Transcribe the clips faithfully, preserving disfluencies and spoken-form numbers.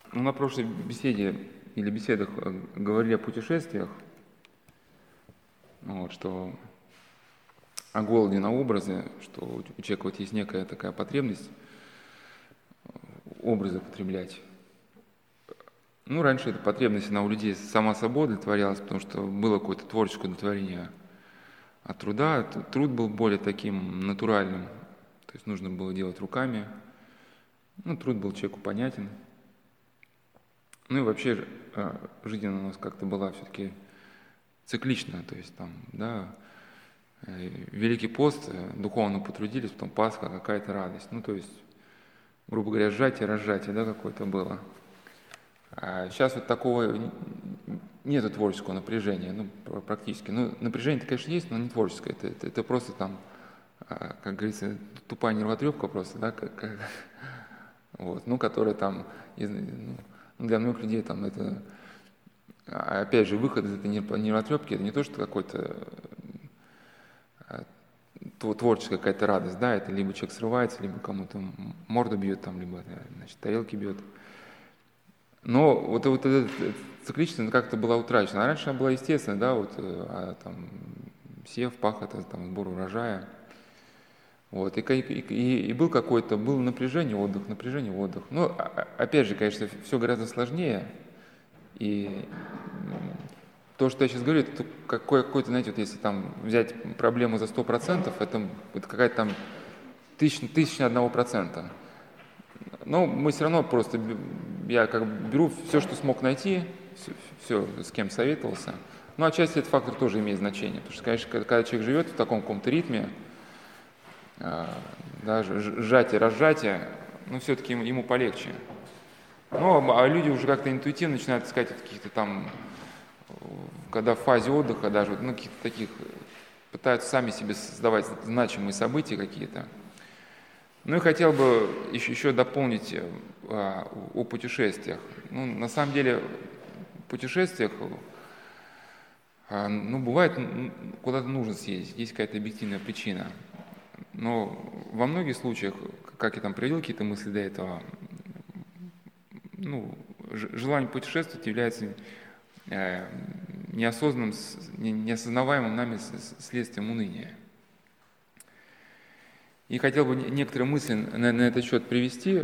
Ну, на прошлой беседе или беседах говорили о путешествиях, вот, что о голоде на образы, что у человека вот есть некая такая потребность образы потреблять. Ну, раньше эта потребность, она у людей сама собой удовлетворялась, потому что было какое-то творческое удовлетворение от труда. Труд был более таким натуральным, то есть нужно было делать руками. Ну, труд был человеку понятен. Ну и вообще жизнь у нас как-то была все-таки цикличная, то есть там, да, Великий пост, духовно потрудились, потом Пасха, какая-то радость. Ну, то есть, грубо говоря, сжатие, разжатие, да, какое-то было. А сейчас вот такого нету творческого напряжения, ну, практически. Ну, напряжение-то, конечно, есть, но не творческое. Это, это, это просто там, как говорится, тупая нервотрепка просто, да, как, как, вот, ну, которая там, ну, для многих людей там это, опять же, выход из этой нервотрепки, это не то, что какой-то творческая какая-то радость, да, это либо человек срывается, либо кому-то морду бьет, там, либо, значит, тарелки бьет. Но вот, вот эта цикличность как-то была утрачена. А раньше она была естественной, да, вот, а, там, сев, пахота, там, сбор урожая. Вот, и, и, и был какой-то, было напряжение, отдых, напряжение, отдых. Но, опять же, конечно, все гораздо сложнее. И то, что я сейчас говорю, это какой, какой-то, знаете, вот если там взять проблему за сто процентов, это, это какая-то там тысяча, тысяча одного процента. Но мы все равно просто, я как бы беру все, что смог найти, все, все, с кем советовался. Ну, отчасти этот фактор тоже имеет значение, потому что, конечно, когда человек живет в таком каком-то ритме, да, сжатие, разжатие, ну, все-таки ему, ему полегче. Ну, а люди уже как-то интуитивно начинают искать каких-то там, когда в фазе отдыха даже, ну, каких-то таких, пытаются сами себе создавать значимые события какие-то. Ну и хотел бы еще, еще дополнить а, о путешествиях. Ну, на самом деле, в путешествиях, а, ну, бывает, куда-то нужно съездить, есть какая-то объективная причина. Но во многих случаях, как я там привел какие-то мысли до этого, ну, желание путешествовать является э, неосознанным, неосознаваемым нами следствием уныния. И хотел бы некоторые мысли на, на этот счет привести.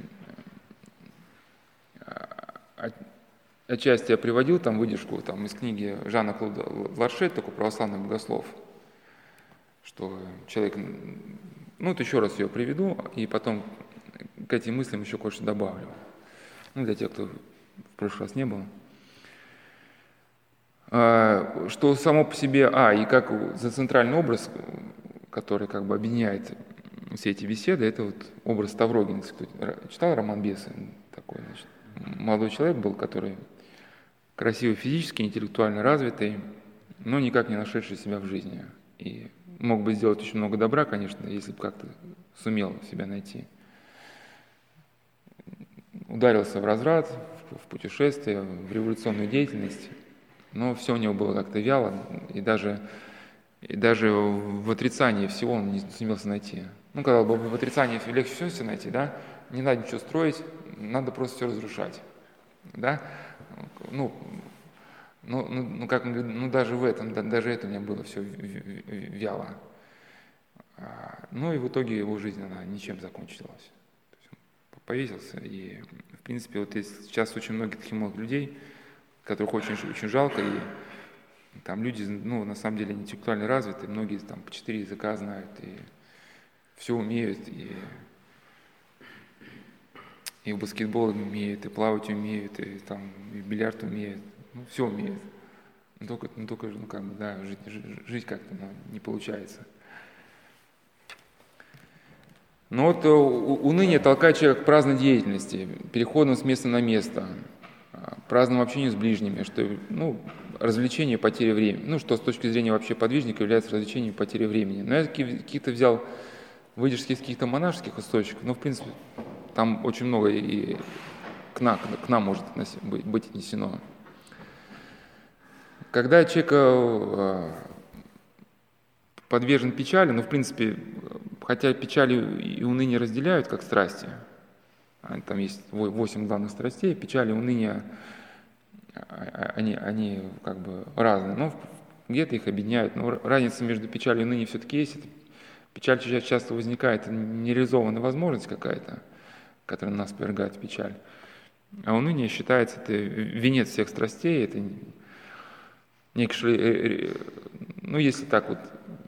Отчасти я приводил там выдержку там, из книги Жана Клода Ларше, такой православный богослов, что человек, ну вот еще раз ее приведу, и потом к этим мыслям еще кое-что добавлю. Ну, для тех, кто в прошлый раз не был. А, что само по себе, а, и как за центральный образ, который как бы объединяет все эти беседы, это вот образ Ставрогина. Кто читал роман «Бесы»? Такой, значит, молодой человек был, который красивый физически, интеллектуально развитый, но никак не нашедший себя в жизни. И мог бы сделать очень много добра, конечно, если бы как-то сумел себя найти. Ударился в разврат, в путешествие, в революционную деятельность, но все у него было как-то вяло, и даже, и даже в отрицании всего он не сумелся найти. Ну, когда бы в отрицании легче все найти, да, не надо ничего строить, надо просто все разрушать, да, ну, ну, ну, ну, как, ну даже в этом, да, даже это у меня было все вяло. Ну и в итоге его жизнь, она ничем закончилась. Повесился, и, в принципе, вот есть сейчас очень много таких молодых людей, которых очень, очень жалко, и там люди, ну, на самом деле, интеллектуально развиты, многие там по четыре языка знают, и все умеют, и, и в баскетбол умеют, и плавать умеют, и там и в бильярд умеют, ну, все умеют. Но только, ну, только, ну, как бы, да, жить, жить, жить как-то, ну, не получается. Но вот уныние толкает человека к праздной деятельности, переходом с места на место, праздному общению с ближними, что, ну, развлечение, потеря времени, ну, что с точки зрения вообще подвижника является развлечением и потерей времени. Но я какие-то взял выдержки из каких-то монашеских источников, но, в принципе, там очень много и к нам, к нам может быть отнесено. Когда человек подвержен печали, ну, в принципе, хотя печали и уныние разделяют как страсти, там есть восемь главных страстей, печаль и уныние, они, они как бы разные, но где-то их объединяют. Но разница между печалью и унынием все-таки есть. Печаль часто возникает, нереализованная возможность какая-то, которая нас повергает в печаль. А уныние считается, это венец всех страстей, это некий, ну если так вот,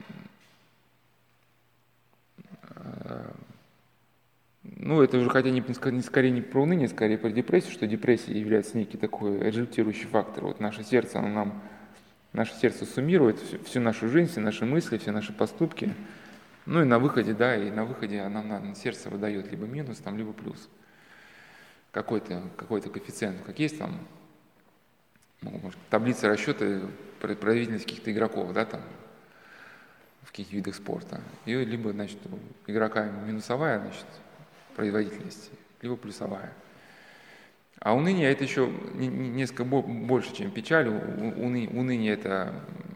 ну это уже хотя не, не скорее не про уныние, скорее про депрессию, что депрессия является некий такой аджиотирующий фактор. Вот наше сердце, оно нам, наше сердце суммирует всю, всю нашу жизнь, все наши мысли, все наши поступки. Ну и на выходе, да, и на выходе нам на, на сердце выдает либо минус, там, либо плюс. Какой-то, какой-то коэффициент, как есть там, ну, может, таблица расчета производительности каких-то игроков, да, там, в каких видах спорта. И либо, значит, у игрока минусовая, значит, производительность, либо плюсовая. А уныние это еще несколько больше, чем печаль. Уныние это,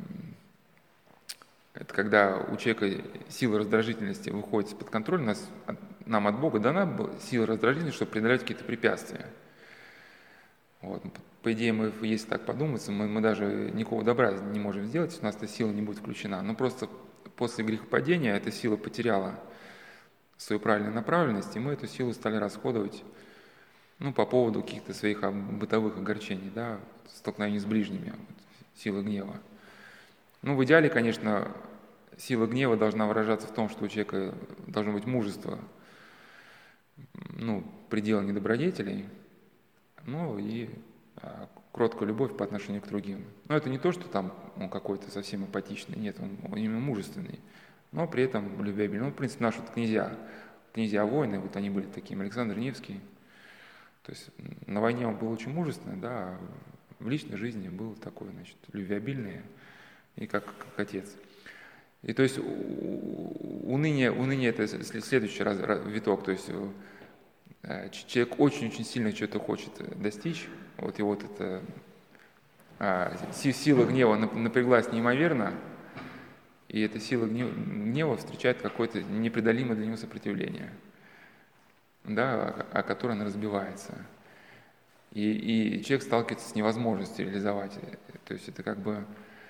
это когда у человека сила раздражительности выходит из-под контроля, у нас, нам от Бога дана сила раздражительности, чтобы преодолевать какие-то препятствия. Вот. По идее, мы, если так подумать, мы, мы даже никакого добра не можем сделать, у нас эта сила не будет включена. Но просто после грехопадения эта сила потеряла свою правильную направленность, и мы эту силу стали расходовать, ну, по поводу каких-то своих бытовых огорчений, да, столкновений с ближними, вот, силы гнева. Ну, в идеале, конечно, сила гнева должна выражаться в том, что у человека должно быть мужество, ну, предела недобродетелей, ну, и а, кроткая любовь по отношению к другим. Но это не то, что там он какой-то совсем апатичный, нет, он, он именно мужественный, но при этом любвеобильный. Ну, в принципе, наши вот князья, князья-воины, вот они были такими, Александр Невский. То есть на войне он был очень мужественный, да, а в личной жизни был такой, значит, любвеобильный и как, как отец. И то есть уныние, уныние это следующий раз, виток, то есть человек очень-очень сильно что-то хочет достичь, вот и вот эта а, сила гнева напряглась неимоверно, и эта сила гнева, гнева встречает какое-то непреодолимое для него сопротивление, да, о, о котором она разбивается. И, и человек сталкивается с невозможностью реализовать. То есть это как бы,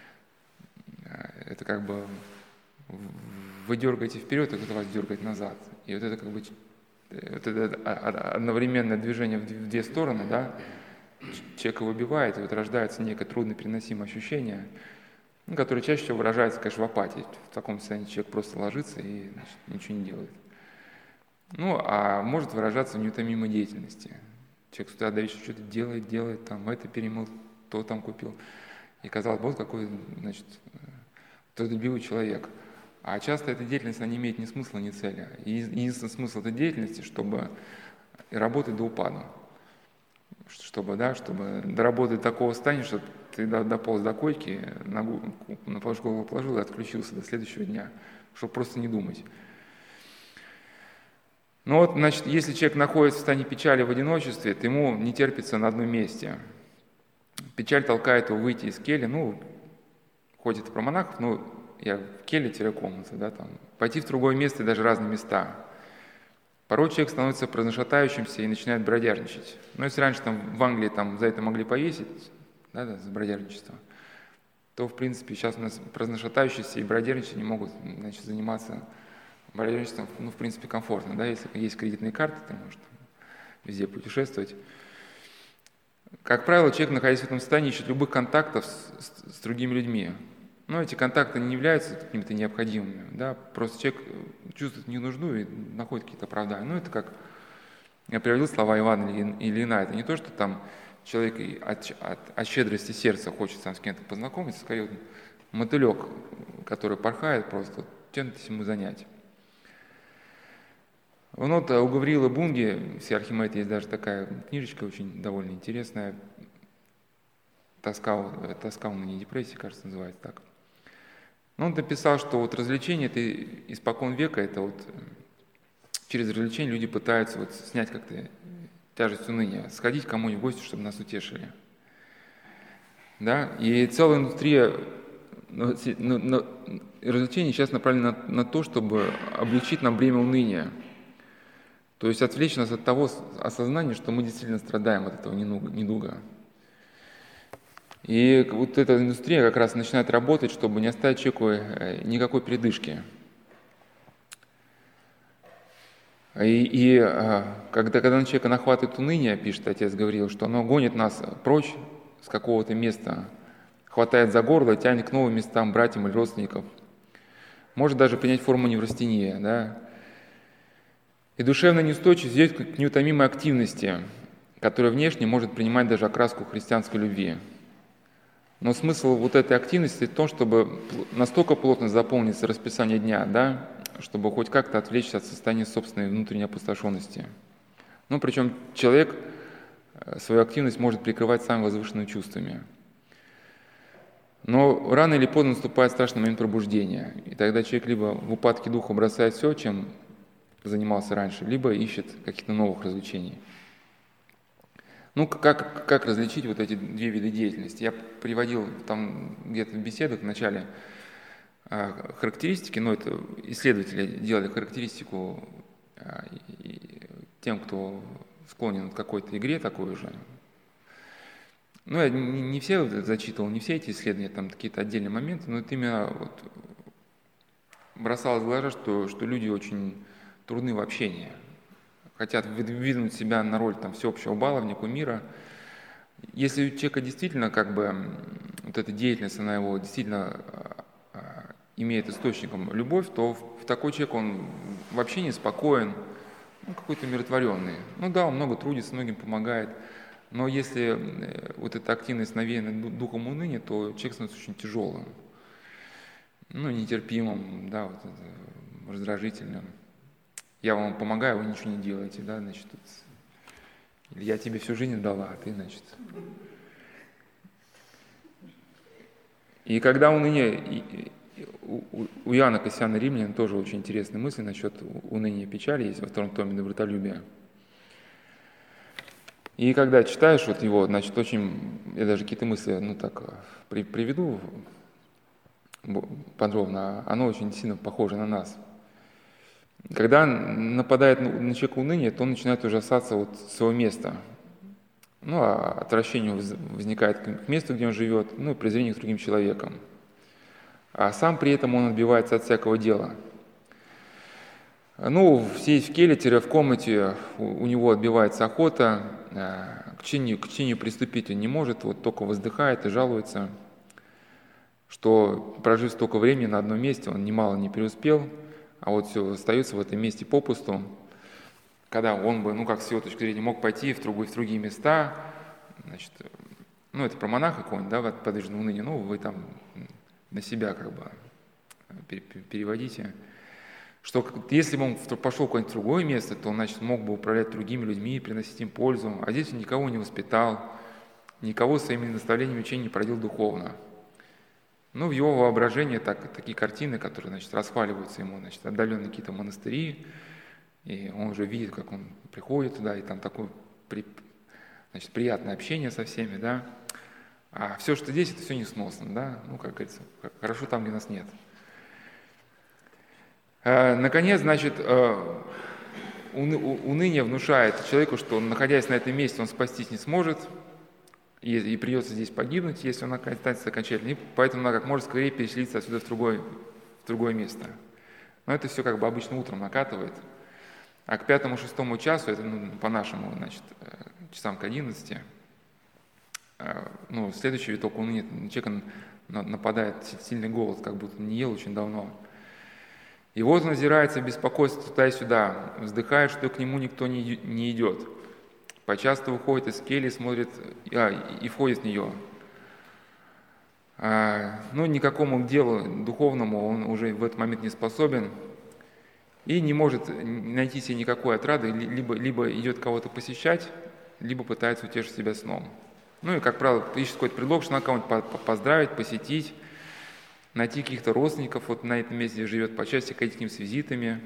это как бы вы дергаете вперед, а кто-то вас дергает назад. И вот это как бы вот это одновременное движение в две стороны, да, человека выбивает, и вот рождается некое труднопереносимое ощущение, ну, которое чаще всего выражается, конечно, в апатии. В таком состоянии человек просто ложится и, значит, ничего не делает. Ну, а может выражаться в неутомимой деятельности. Человек с утра до вечера что-то делает, делает, там, это перемыл, то там купил. И казалось бы, вот какой, значит, трудолюбивый человек. А часто эта деятельность, она не имеет ни смысла, ни цели. И единственный смысл этой деятельности, чтобы работать до упаду. Чтобы, да, чтобы доработать до такого состояния, чтобы ты дополз до койки, ногу на голову положил и отключился до следующего дня, чтобы просто не думать. Ну вот, значит, если человек находится в состоянии печали в одиночестве, то ему не терпится на одном месте. Печаль толкает его выйти из кельи, ну, хоть это про монахов, но я в келье-комната, да, там, пойти в другое место и даже разные места. Порой человек становится праздношатающимся и начинает бродяжничать. Но если раньше там в Англии там, за это могли повесить, да, да, за бродяжничество, то, в принципе, сейчас у нас праздношатающиеся и бродяжничать не могут, значит, заниматься бродяжничеством, ну, в принципе, комфортно, да, если есть кредитные карты, ты можешь там везде путешествовать. Как правило, человек, находясь в этом состоянии, ищет любых контактов с, с, с другими людьми. Но эти контакты не являются какими-то необходимыми, да, просто человек чувствует не нужду и находит какие-то оправдания. Ну, это как я приводил слова Ивана Ильина, это не то, что там человек от, от, от щедрости сердца хочет сам с кем-то познакомиться, скорее вот мотылек, который порхает, просто тянет ему занять. Вот у Гавриила Бунги, в Сиархимете есть даже такая книжечка очень довольно интересная, «Тоска, тоска уныние и депрессия», кажется, называется так. Но он написал, что вот развлечение это испокон века, это вот через развлечение люди пытаются вот снять как-то тяжесть уныния, сходить к кому-нибудь в гости, чтобы нас утешили. Да? И целая индустрия но, но, но, развлечений сейчас направлена на, на то, чтобы облегчить нам бремя уныния. То есть отвлечь нас от того осознания, что мы действительно страдаем от этого недуга. И вот эта индустрия как раз начинает работать, чтобы не оставить человеку никакой передышки. И, и когда, когда на человека нахватывает уныние, пишет отец Гавриил, что оно гонит нас прочь с какого-то места, хватает за горло, тянет к новым местам, братьям или родственникам. Может даже принять форму неврастения, да. И душевная неустойчивость ведет к неутомимой активности, которая внешне может принимать даже окраску христианской любви. Но смысл вот этой активности в том, чтобы настолько плотно заполнить расписание дня, да, чтобы хоть как-то отвлечься от состояния собственной внутренней опустошенности. Ну, причем человек свою активность может прикрывать самыми возвышенными чувствами. Но рано или поздно наступает страшный момент пробуждения, и тогда человек либо в упадке духа бросает все, чем занимался раньше, либо ищет каких-то новых развлечений. Ну, как, как различить вот эти две виды деятельности? Я приводил там где-то в беседах в начале э, характеристики, но это исследователи делали характеристику э, тем, кто склонен к какой-то игре такой же. Ну, я не, не все зачитывал, не все эти исследования, там какие-то отдельные моменты, но это именно вот бросалось в глаза, что, что люди очень трудны в общении. Хотят выдвинуть себя на роль там, всеобщего баловня, кумира. Если у человека действительно как бы вот эта деятельность, она его действительно а, имеет источником любовь, то в, в такой человек он в общении спокоен, ну, какой-то умиротворенный. Ну да, он много трудится, многим помогает. Но если вот эта активность навеяна духом уныния, то человек становится очень тяжелым, ну, нетерпимым, да, вот, раздражительным. Я вам помогаю, вы ничего не делаете, да, значит, тут, я тебе всю жизнь дала, а ты, значит. И когда уныние, у Иоанна Кассиана Римляна тоже очень интересная мысль насчет уныния и печали, есть во втором томе «Добротолюбие». И когда читаешь вот его, значит, очень, я даже какие-то мысли, ну так, при, приведу подробно, оно очень сильно похоже на нас. Когда нападает на человека уныние, то он начинает ужасаться от своего места. Ну, а отвращение возникает к месту, где он живет, ну, и презрение к другим человекам. А сам при этом он отбивается от всякого дела. Ну, сидеть в келье, в комнате, у него отбивается охота, к чтению, к чтению приступить он не может, вот только воздыхает и жалуется, что, прожив столько времени на одном месте, он немало не преуспел, а вот все остается в этом месте попусту, когда он бы, ну, как с его точки зрения, мог пойти в, другой, в другие места, значит, ну, это про монаха какого-нибудь, да, подвижного уныния, ну, вы там на себя как бы переводите, что если бы он пошел в какое-нибудь другое место, то он, значит, мог бы управлять другими людьми, приносить им пользу, а здесь он никого не воспитал, никого своими наставлениями учения не породил духовно. Ну, в его воображении так, такие картины, которые, значит, расхваливаются ему, значит, отдаленные какие-то монастыри, и он уже видит, как он приходит туда, и там такое, значит, приятное общение со всеми, да, а все, что здесь, это все несносно, да, ну, как говорится, хорошо там, где нас нет. Наконец, значит, уныние внушает человеку, что, находясь на этом месте, он спастись не сможет, и, и придется здесь погибнуть, если он останется окончательно, и поэтому надо как можно скорее переселиться отсюда в другое, в другое место. Но это все как бы обычно утром накатывает, а к пятому-шестому часу, это ну, по-нашему, значит, часам к одиннадцати, ну, следующий виток уныния, человек нападает сильный голод, как будто не ел очень давно. И вот он озирается в беспокойстве туда и сюда, вздыхает, что к нему никто не, не идет. Почасто выходит из кельи, смотрит а, и входит в нее. А, ну, никакому делу духовному он уже в этот момент не способен и не может найти себе никакой отрады, либо, либо идет кого-то посещать, либо пытается утешить себя сном. Ну и, как правило, ищет какой-то предлог, что надо кого-нибудь поздравить, посетить, найти каких-то родственников вот на этом месте, где живет, почаще ходить к ним с визитами.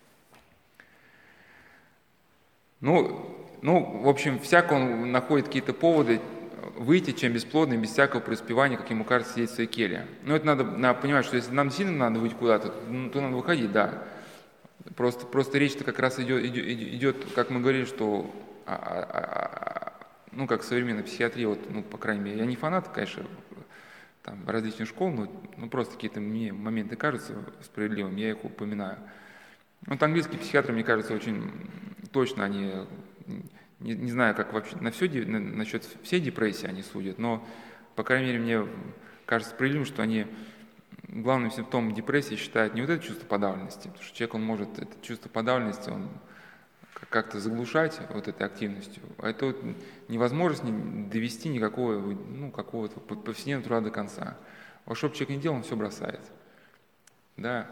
Ну, ну, в общем, всяко он находит какие-то поводы выйти, чем бесплодно, без всякого преуспевания, как ему кажется, сидеть в своей келье. Но это надо, надо понимать, что если нам сильно надо выйти куда-то, то, то надо выходить, да. Просто, просто речь-то как раз идет, идет, идет, как мы говорили, что, а, а, а, ну, как современная психиатрия, вот, ну, по крайней мере, я не фанат, конечно, там, различных школ, но ну, просто какие-то мне моменты кажутся справедливыми, я их упоминаю. Вот английские психиатры, мне кажется, очень точно они, не, не знаю, как вообще на все, на, насчет всей депрессии они судят, но, по крайней мере, мне кажется справедливым, что они главным симптомом депрессии считают не вот это чувство подавленности, потому что человек, он может это чувство подавленности, он как-то заглушать вот этой активностью, а это вот невозможность довести никакого, ну, какого-то повседневного труда до конца. А что бы человек не делал, он все бросает. Да.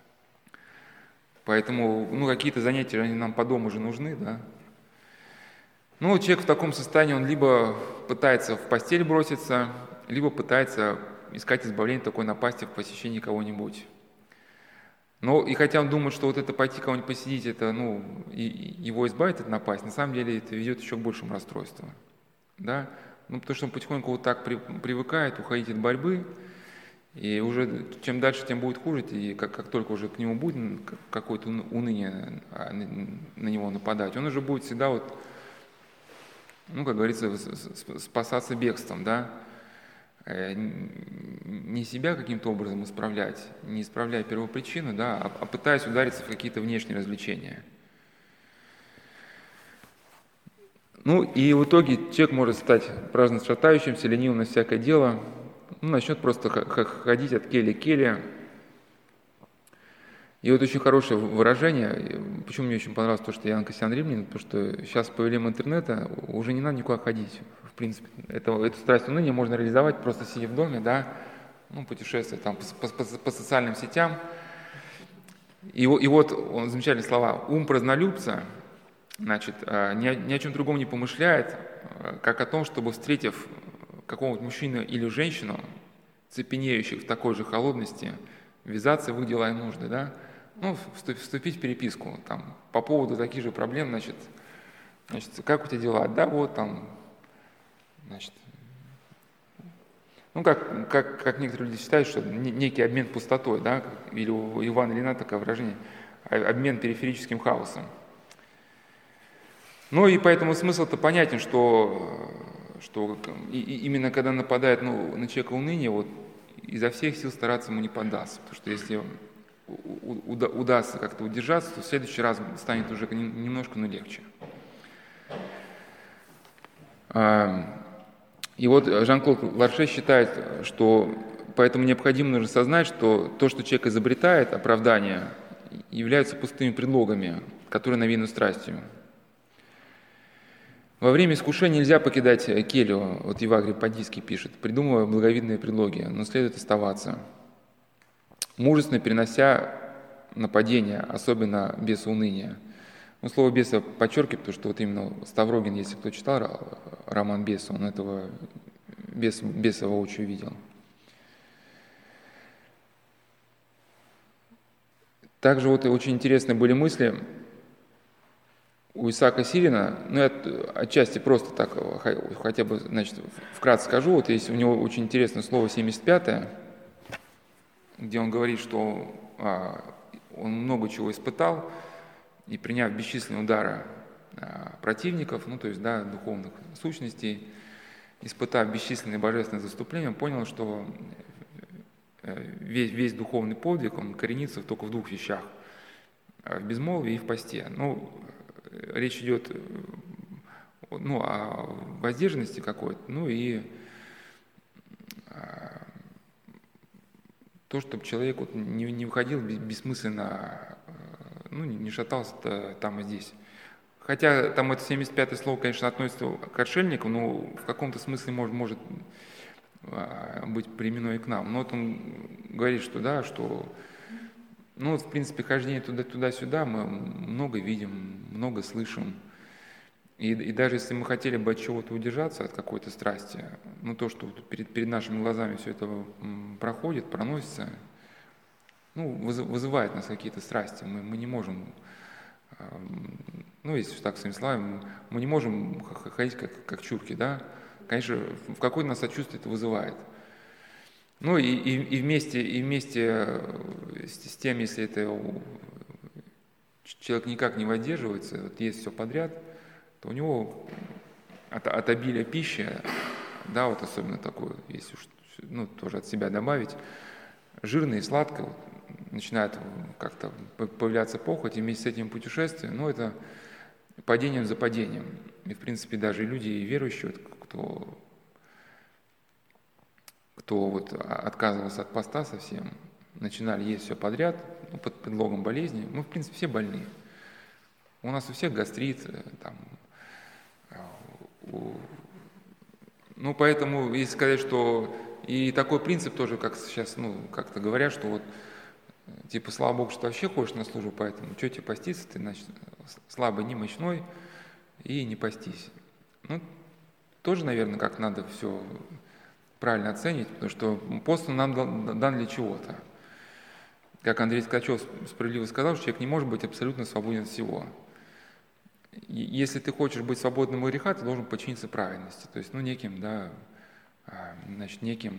Поэтому, ну, какие-то занятия, они нам по дому же нужны, да. Ну, вот человек в таком состоянии, он либо пытается в постель броситься, либо пытается искать избавление от такой напасти в посещении кого-нибудь. Но и хотя он думает, что вот это пойти кого-нибудь посидеть, это, ну, и, и его избавит от напасти, на самом деле это ведет еще к большему расстройству. Да? Ну, потому что он потихоньку вот так при, привыкает уходить от борьбы, и уже чем дальше, тем будет хуже, и как, как только уже к нему будет какое-то уныние на него нападать, он уже будет всегда вот, ну, как говорится, спасаться бегством, да, не себя каким-то образом исправлять, не исправляя первопричину, да, а, а пытаясь удариться в какие-то внешние развлечения. Ну и в итоге человек может стать праздно шатающимся, ленивым на всякое дело, ну, начнет просто ходить от кельи к келье. И вот очень хорошее выражение, почему мне очень понравилось то, что Ян Кассиан Римлянин, потому что сейчас с появлением интернета уже не надо никуда ходить. В принципе, это, эту страсть уныния можно реализовать, просто сидя в доме, да, ну, путешествовать там по, по, по социальным сетям. И, и вот он, замечательные слова. Ум празднолюбца, значит, ни о, ни о чем другом не помышляет, как о том, чтобы, встретив какого-нибудь мужчину или женщину, цепенеющих в такой же холодности, ввязаться в их дела и нужды, да, ну, вступить в переписку там, по поводу таких же проблем, значит, значит, как у тебя дела? Да, вот там, значит, ну, как, как, как некоторые люди считают, что некий обмен пустотой, да, или у Ивана Ильина такое выражение, обмен периферическим хаосом. Ну, и поэтому смысл-то понятен, что, что и, и именно когда нападает, ну, на человека уныние, вот, изо всех сил стараться ему не поддаться, потому что если удастся как-то удержаться, то в следующий раз станет уже немножко, но легче. И вот Жан-Клод Ларше считает, что поэтому необходимо нужно сознать, что то, что человек изобретает, оправдания, являются пустыми предлогами, которые навеяны страстью. Во время искушения нельзя покидать келью, вот Евагрий Падийский пишет, придумывая благовидные предлоги, но следует оставаться. Мужественно перенося нападения, особенно без уныния. Ну, слово «беса» подчеркиваю, потому что вот именно Ставрогин, если кто читал роман «Беса», он этого бес, беса воочию видел. Также вот очень интересные были мысли у Исаака Сирина, ну, я отчасти просто так, хотя бы, значит, вкратце скажу, вот есть у него очень интересное слово семьдесят пятое, где он говорит, что а, он много чего испытал, и приняв бесчисленные удары а, противников, ну, то есть, да, духовных сущностей, испытав бесчисленные божественные заступления, он понял, что весь, весь духовный подвиг, он коренится только в двух вещах, в безмолвии и в посте. Ну, речь идет, ну, о воздержанности какой-то, ну и то, чтобы человек вот не, не уходил бессмысленно, ну, не шатался там и здесь. Хотя там это семьдесят пятое слово, конечно, относится к отшельникам, но в каком-то смысле может, может быть применено и к нам. Но вот он говорит, что да, что, ну, вот, в принципе, хождение туда, туда-сюда мы много видим, много слышим. И, и даже если мы хотели бы от чего-то удержаться, от какой-то страсти, ну, то, что перед, перед нашими глазами все это проходит, проносится, ну, вызывает нас какие-то страсти. Мы, мы не можем, ну, если так своими словами, мы не можем ходить как, как чурки, да. Конечно, в какое-то нас сочувствие это вызывает. Ну, и, и, и вместе, и вместе с, с тем, если это человек никак не воздерживается, вот есть все подряд, то у него от, от обилия пищи, да, вот особенно такое, если уж, ну, тоже от себя добавить, жирное и сладкое, вот, начинает как-то появляться похоть, и вместе с этим путешествие, ну, это падением за падением. И, в принципе, даже и люди, и верующие, кто, кто вот отказывался от поста совсем, начинали есть все подряд, ну, под предлогом болезни. Мы, в принципе, все больны. У нас у всех гастрит, там, у... ну, поэтому, если сказать, что и такой принцип тоже, как сейчас, ну, как-то говорят, что вот, типа, слава Богу, что вообще ходишь на службу, поэтому что тебе поститься, ты, значит, слабый, немощной, и не постись. Ну, тоже, наверное, как надо все правильно оценить, потому что пост нам дан для чего-то. Как Андрей Ткачев справедливо сказал, что человек не может быть абсолютно свободен от всего. И если ты хочешь быть свободным от греха, ты должен подчиниться праведности, то есть, ну, неким, да, значит, неким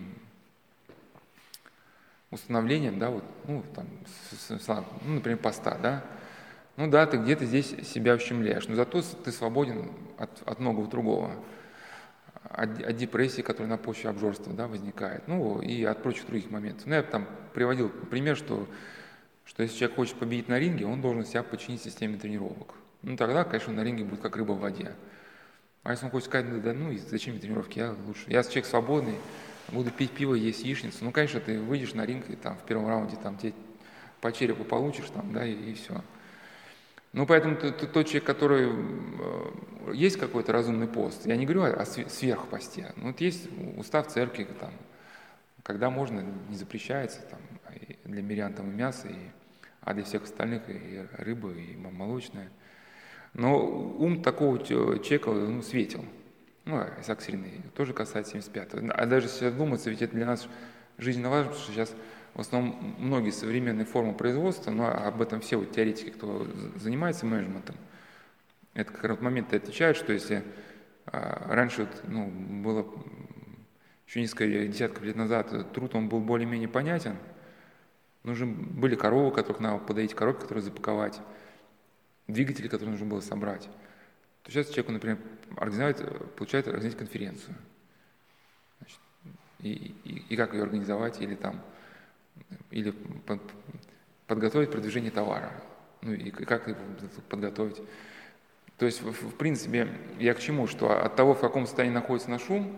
установлением, да, вот, ну, там, с, с, ну, например, поста, да, ну да, ты где-то здесь себя ущемляешь, но зато ты свободен от, от многого другого, от, от депрессии, которая на почве обжорства, да, возникает, ну, и от прочих других моментов. Ну, я там приводил пример, что, что если человек хочет победить на ринге, он должен себя подчинить системе тренировок. Ну, тогда, конечно, на ринге будет как рыба в воде. А если он хочет сказать, да, да ну, зачем мне тренировки, я лучше, я человек свободный, буду пить пиво, есть яичницу, ну, конечно, ты выйдешь на ринг, и там в первом раунде там тебе по черепу получишь, там, да, и, и все. Ну, поэтому тот человек, который э, есть какой-то разумный пост, я не говорю о сверхпосте, ну, вот есть устав церкви, там, когда можно, не запрещается, там, для мирян там и мясо, и, а для всех остальных и рыба, и молочное. Но ум такого человека, ну, светил. Ну, Исаак Сирийный тоже касается семьдесят пятого. А даже если задуматься, ведь это для нас жизненно важно, потому что сейчас в основном многие современные формы производства, но об этом все вот теоретики, кто занимается менеджментом, это как раз момент отвечают, что если а, раньше вот, ну, было еще несколько десятков лет назад труд, он был более-менее понятен, нужны были коровы, которых надо подоить, коробки, которые запаковать, двигатели, которые нужно было собрать. То сейчас человеку, например, организовать, получается организовать конференцию. Значит, и, и, и как ее организовать, или там, или под, подготовить продвижение товара. Ну и как его подготовить. То есть, в, в принципе, я к чему, что от того, в каком состоянии находится наш ум,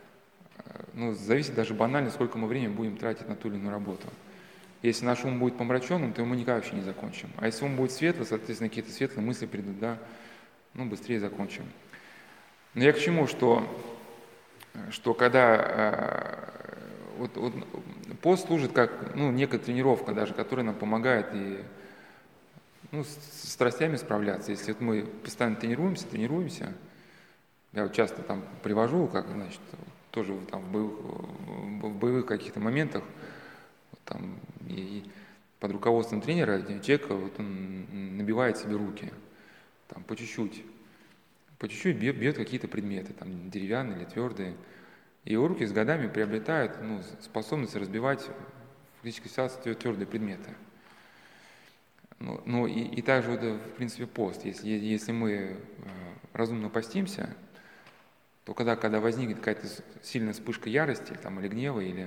ну, зависит даже банально, сколько мы времени будем тратить на ту или иную работу. Если наш ум будет помраченным, то мы никогда вообще не закончим. А если ум будет светлый, соответственно, какие-то светлые мысли придут, да, ну, быстрее закончим. Но я к чему, что, что когда э, вот, вот, пост служит как, ну, некая тренировка даже, которая нам помогает и, ну, с страстями справляться. Если вот мы постоянно тренируемся, тренируемся, я вот часто там привожу, как, значит, тоже там в боевых, в боевых каких-то моментах, там, и под руководством тренера человека вот он набивает себе руки, там, по чуть-чуть, по чуть-чуть бьет, бьет какие-то предметы, там, деревянные или твердые, и его руки с годами приобретают, ну, способность разбивать в физической ситуации твердые предметы. Ну, ну и, и также, вот, в принципе, пост. Если, если мы э, разумно постимся, то когда, когда возникнет какая-то сильная вспышка ярости там, или гнева, или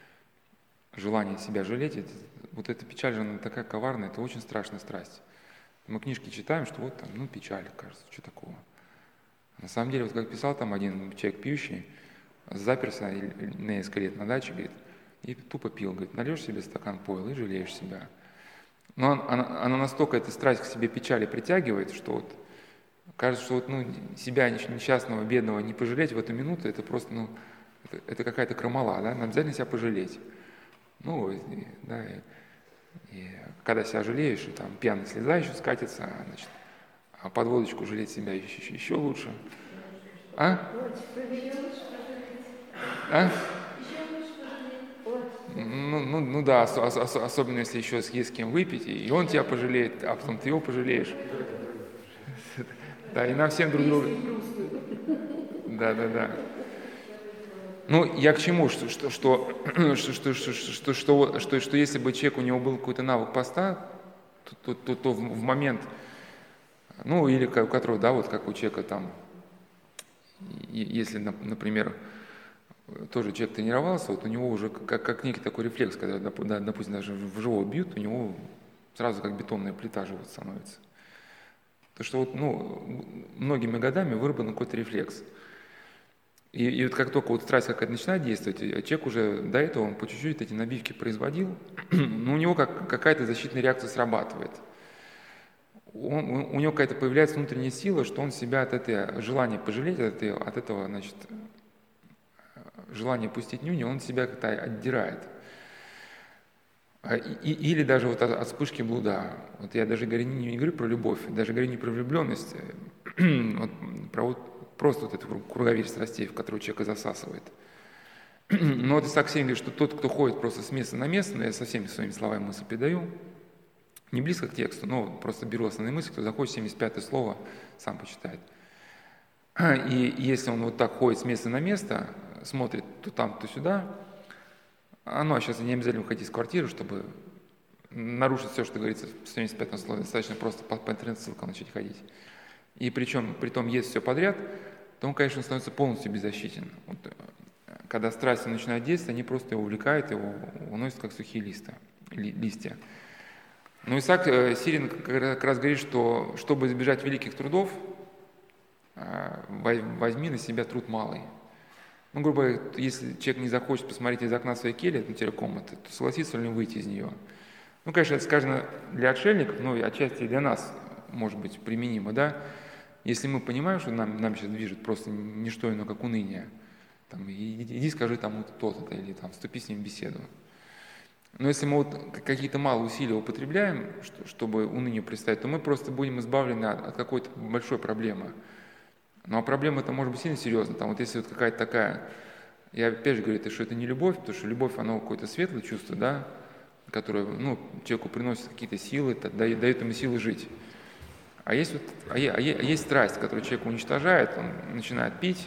желание себя жалеть, это, вот эта печаль же, она такая коварная, это очень страшная страсть. Мы книжки читаем, что вот там, ну, печаль, кажется, что такого. На самом деле, вот как писал там один человек пьющий, заперся на несколько лет на даче, говорит, и тупо пил, говорит, нальешь себе стакан пойла и жалеешь себя. Но она, она настолько, эта страсть к себе печали притягивает, что вот кажется, что вот, ну, себя несчастного, бедного не пожалеть в эту минуту, это просто, ну, это, это какая-то крамола, да, нам обязательно себя пожалеть. Ну, и, да, и, и когда себя жалеешь, и там пьяный слеза еще скатится, значит, а под водочку жалеть себя еще, еще, еще лучше. А? А? Ну, ну, ну да, ос- ос- особенно если еще есть с кем выпить, и он тебя пожалеет, а потом ты его пожалеешь. Да, и нам всем друг друга. Да, да, да. Ну, я к чему, что, что, что, что, что, что, что, что, что, что если бы человек, у него был какой-то навык поста, то, то, то в, в момент, ну или у которого, да, вот как у человека там, если, например, тоже человек тренировался, вот у него уже как, как некий такой рефлекс, когда, допустим, даже в живот бьют, у него сразу как бетонная плита живот становится. То, что вот, ну, многими годами выработан какой-то рефлекс. И, и вот как только вот страсть какая-то начинает действовать, человек уже до этого, он по чуть-чуть эти набивки производил, но у него как, какая-то защитная реакция срабатывает. Он, у него какая-то появляется внутренняя сила, что он себя от этого желания пожалеть, от этого, от этого значит, желания пустить нюни, он себя как-то отдирает. И, или даже вот от, от вспышки блуда. Вот я даже говорю, не, не говорю про любовь, даже говорю не про влюбленность, вот, про вот, просто вот эту круговерть страстей, в которую человека засасывает. Но вот Исаак Сирин говорит, что тот, кто ходит просто с места на место, но я со всеми своими словами мысль передаю, не близко к тексту, но просто беру основные мысли, кто захочет семьдесят пятое слово, сам почитает. И если он вот так ходит с места на место, смотрит то там, то сюда, оно, а сейчас не обязательно выходить из квартиры, чтобы нарушить все, что говорится в семьдесят пятом слове, достаточно просто по, по интернет-ссылкам начать ходить. И причем, при том, есть все подряд, то он, конечно, становится полностью беззащитен. Вот, когда страсти начинают действовать, они просто его увлекают, его уносят как сухие листы, ли, листья. Но Исаак Сирин как раз говорит, что чтобы избежать великих трудов, возьми на себя труд малый. Ну, грубо говоря, если человек не захочет посмотреть из окна своей кельи, внутри комнаты, то согласится ли он выйти из нее? Ну, конечно, это сказано для отшельников, но и отчасти для нас может быть применимо, да? Если мы понимаем, что нам, нам сейчас движет просто не что иное, как уныние, там, иди, иди скажи тому то-то, или там, вступи с ним в беседу. Но если мы вот какие-то малые усилия употребляем, чтобы унынию представить, то мы просто будем избавлены от, от какой-то большой проблемы. Ну а проблема-то может быть сильно серьезная. Там вот если вот какая-то такая, я опять же говорю, что это не любовь, потому что любовь, она какое-то светлое чувство, да, которое, ну, человеку приносит какие-то силы, дает, дает ему силы жить. А есть, вот, а, а есть страсть, которая человека уничтожает, он начинает пить,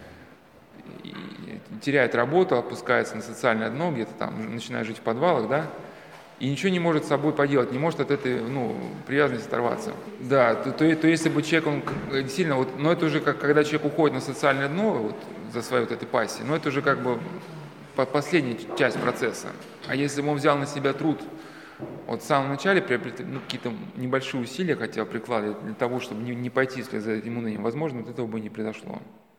и теряет работу, опускается на социальное дно, где-то там начинает жить в подвалах, да, и ничего не может с собой поделать, не может от этой, ну, привязанности оторваться. Да, то, то, то если бы человек, он сильно, вот, но это уже как, когда человек уходит на социальное дно, вот, за своей вот этой пассией, но это уже как бы последняя часть процесса. А если бы он взял на себя труд, вот в самом начале ну, какие-то небольшие усилия хотел прикладывать для того, чтобы не, не пойти вслед за этим унынием, возможно, вот этого бы не произошло.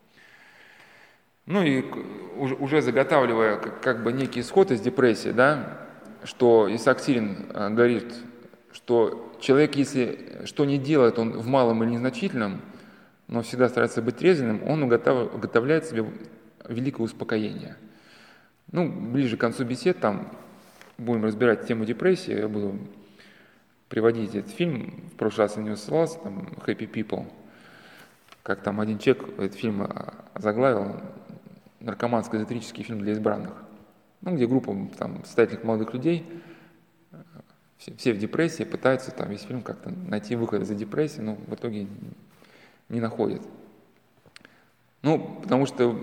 Ну и уже, уже заготавливая как, как бы некий исход из депрессии, да, что Исаак Сирин говорит, что человек, если что не делает, он в малом или незначительном, но всегда старается быть трезвенным, он уготовляет себе великое успокоение. Ну, ближе к концу бесед, там будем разбирать тему депрессии, я буду приводить этот фильм, в прошлый раз я на него ссылался, там, Happy People, как там один человек этот фильм заглавил, наркоманско-эзотерический фильм для избранных. Ну, где группа там, состоятельных молодых людей, все, все в депрессии, пытаются там весь фильм как-то найти выход из депрессии, но в итоге не находят. Ну, потому что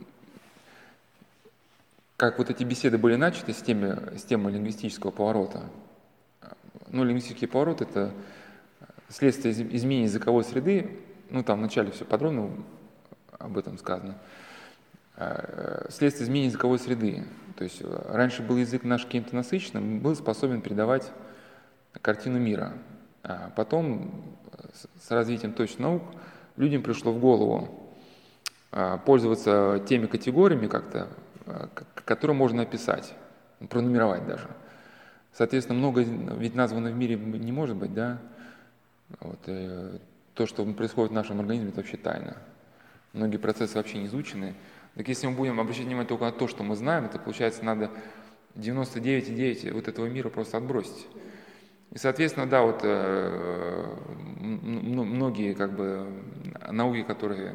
как вот эти беседы были начаты с темой, с темой лингвистического поворота. Ну, лингвистический поворот – это следствие изменения языковой среды, ну, там вначале все подробно об этом сказано, следствие изменения языковой среды. То есть раньше был язык наш каким-то насыщенным, был способен передавать картину мира. А потом с развитием точных наук людям пришло в голову пользоваться теми категориями, как-то, которые можно описать, пронумеровать даже. Соответственно, много ведь названо в мире не может быть, да? Вот, то, что происходит в нашем организме, это вообще тайна. Многие процессы вообще не изучены. Так если мы будем обращать внимание только на то, что мы знаем, это получается надо девяносто девять целых девять десятых вот этого мира просто отбросить. И, соответственно, да, вот э, многие как бы науки, которые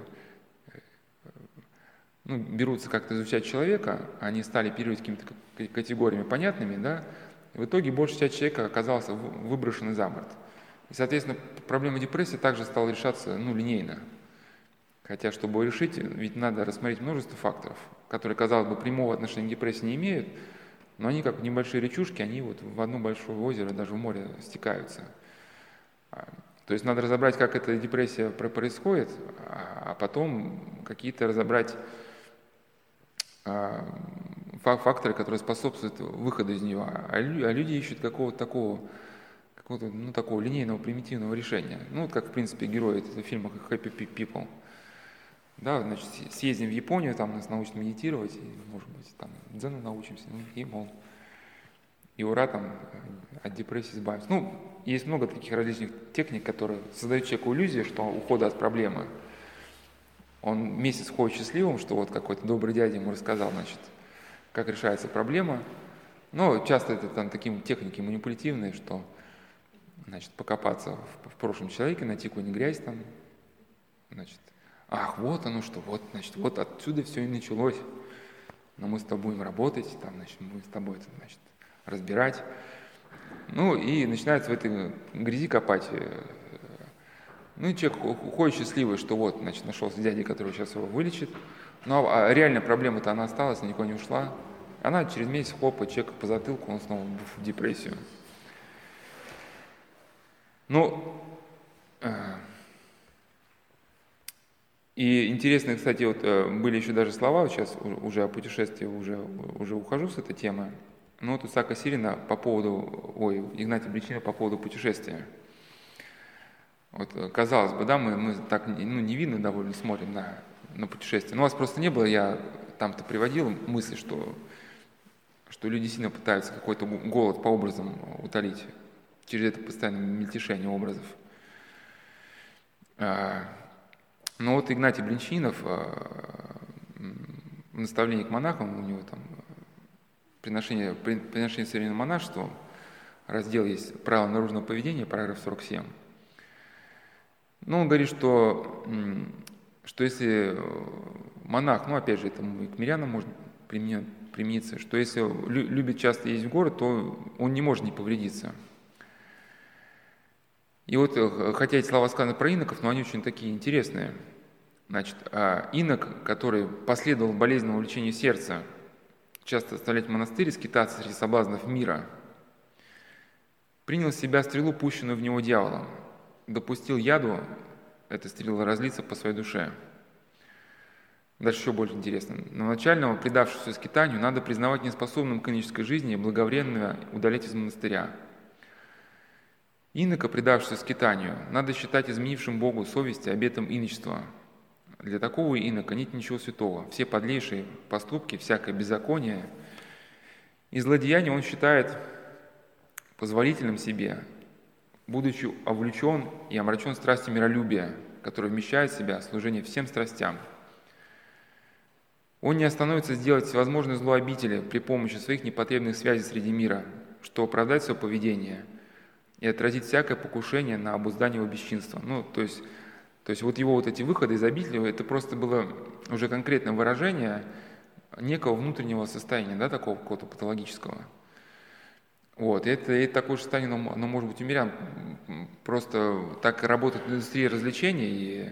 ну, берутся как-то изучать человека, они стали оперировать какими-то категориями понятными, да, и в итоге большая часть человека оказалась выброшена за борт. И, соответственно, проблема депрессии также стала решаться ну, линейно. Хотя, чтобы его решить, ведь надо рассмотреть множество факторов, которые, казалось бы, прямого отношения к депрессии не имеют, но они как небольшие речушки, они вот в одно большое озеро, даже в море стекаются. То есть надо разобрать, как эта депрессия происходит, а потом какие-то разобрать факторы, которые способствуют выходу из нее. А люди ищут какого-то такого, какого-то, ну, такого линейного, примитивного решения. Ну, вот как, в принципе, герои в фильмах Happy People. Да, значит, съездим в Японию, там нас научат медитировать, и, может быть, там дзену научимся, ну, и, мол, и ура, там, от депрессии избавимся. Ну, есть много таких различных техник, которые создают человеку иллюзию, что ухода от проблемы. Он месяц ходит счастливым, что вот какой-то добрый дядя ему рассказал, значит, как решается проблема. Но часто это там такие техники манипулятивные, что, значит, покопаться в, в прошлом человеке, найти какую-нибудь грязь там, значит, ах, вот оно что, вот, значит, вот отсюда все и началось. Но мы с тобой будем работать, там, значит, мы с тобой это, значит, разбирать. Ну, и начинается в этой грязи копать. Ну, и человек уходит счастливый, что вот, значит, нашелся дядя, который сейчас его вылечит. Но а реальная проблема-то она осталась, она никуда не ушла. Она через месяц хлопает человека по затылку, он снова в депрессию. Ну, и интересно, кстати, вот были еще даже слова, сейчас уже о путешествии уже, уже ухожу с этой темы. Но вот у Исаака Сирина по поводу, ой, Игнатия Бричина по поводу путешествия. Вот, казалось бы, да, мы, мы так ну, невинно довольно смотрим на, на путешествие. Но у вас просто не было, я там-то приводил мысли, что, что люди сильно пытаются какой-то голод по образам утолить через это постоянное мельтешение образов. Но вот Игнатий Бринчинов, в наставлении к монахам, у него там приношение, приношение современному монашеству, раздел есть «Правила наружного поведения», параграф сорок семь. Ну, он говорит, что, что если монах, ну, опять же, это и к мирянам может примениться, что если любит часто ездить в город, то он не может не повредиться. И вот, хотя эти слова сказаны про иноков, но они очень такие интересные. Значит, инок, который последовал болезненному влечению сердца, часто оставлять монастырь и скитаться среди соблазнов мира, принял в себя стрелу, пущенную в него дьяволом, допустил яду, эта стрела разлиться по своей душе. Дальше еще больше интересно. Но начального, предавшегося скитанию, надо признавать неспособным к иноческой жизни и благовременно удалять из монастыря. Инока, предавшегося скитанию, надо считать изменившим Богу совести обетом иночества. Для такого инока нет ничего святого. Все подлейшие поступки, всякое беззаконие и злодеяние он считает позволительным себе, будучи увлечен и омрачен страстью миролюбия, которое вмещает в себя служение всем страстям. Он не остановится сделать всевозможные зло обители при помощи своих непотребных связей среди мира, что оправдать свое поведение и отразить всякое покушение на обуздание его бесчинства. Ну, то есть, то есть вот его вот эти выходы из обители, это просто было уже конкретное выражение некого внутреннего состояния, да, такого какого-то патологического. Вот, и это, и такое же состояние, оно, оно может быть у мирян. Просто так работает индустрия развлечений, и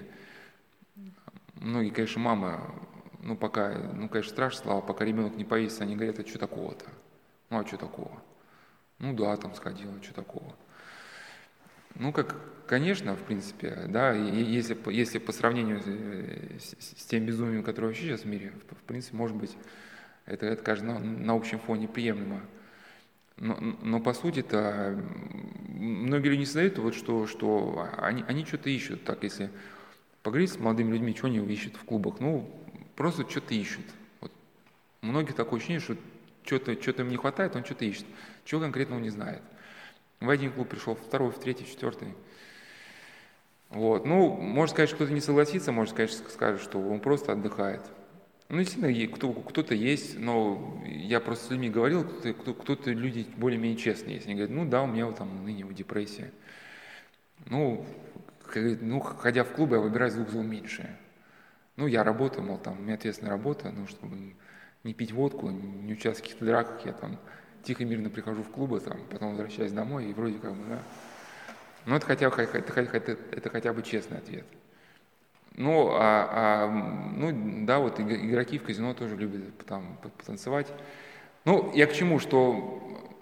многие, конечно, мамы, ну, пока, ну, конечно, страшно, слава, пока ребенок не повесится, они говорят, а что такого-то? Ну, а что такого? Ну, да, там сходила, что такого? Ну, как, конечно, в принципе, да, и если, если по сравнению с, с тем безумием, которое вообще сейчас в мире, в, в принципе, может быть, это, это кажется, на, на общем фоне приемлемо. Но, но по сути-то многие люди не создают, вот что, что они, они что-то ищут. Так, если поговорить с молодыми людьми, что они ищут в клубах, ну, просто что-то ищут. Вот. У многих такое ощущение, что что-то, что-то им не хватает, он что-то ищет. Чего конкретно он не знает. В один клуб пришел, в второй, в третий, в четвертый. Вот. Ну, можно сказать, что кто-то не согласится, можно сказать, скажет, что он просто отдыхает. Ну, действительно, кто, кто-то есть, но я просто с людьми говорил, кто-то, кто-то люди более-менее честные есть. Они говорят, ну да, у меня вот там ныне вот депрессия. Ну, ну, ходя в клуб, я выбираю звук зол меньше. Ну, я работаю, мол, там, у меня ответственная работа, ну, чтобы не пить водку, не участвовать в каких-то драках, я там тихо-мирно прихожу в клубы, там, потом возвращаюсь домой, и вроде как бы, да. Ну, это хотя, это, это, это хотя бы честный ответ. Ну, а, а, ну, да, вот игроки в казино тоже любят там потанцевать. Ну, я к чему, что,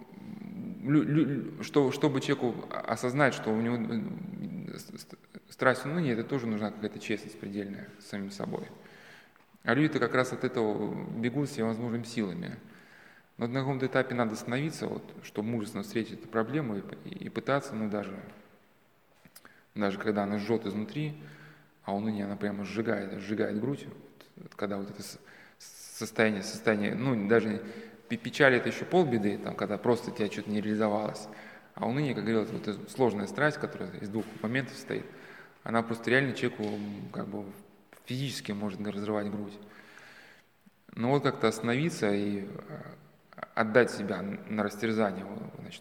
что чтобы человеку осознать, что у него страсть уныния, это тоже нужна какая-то честность предельная с самим собой. А люди-то как раз от этого бегут всевозможными силами. Но на каком-то этапе надо остановиться, вот, чтобы мужественно встретить эту проблему и, и пытаться, ну даже, даже когда она жжет изнутри, а уныние, она прямо сжигает, сжигает грудь, вот, когда вот это состояние, состояние, ну даже печаль это еще полбеды, там, когда просто у тебя что-то не реализовалось, а уныние, как говорилось, вот эта сложная страсть, которая из двух моментов состоит, она просто реально человеку как бы физически может разрывать грудь. Но вот как-то остановиться и отдать себя на растерзание, значит,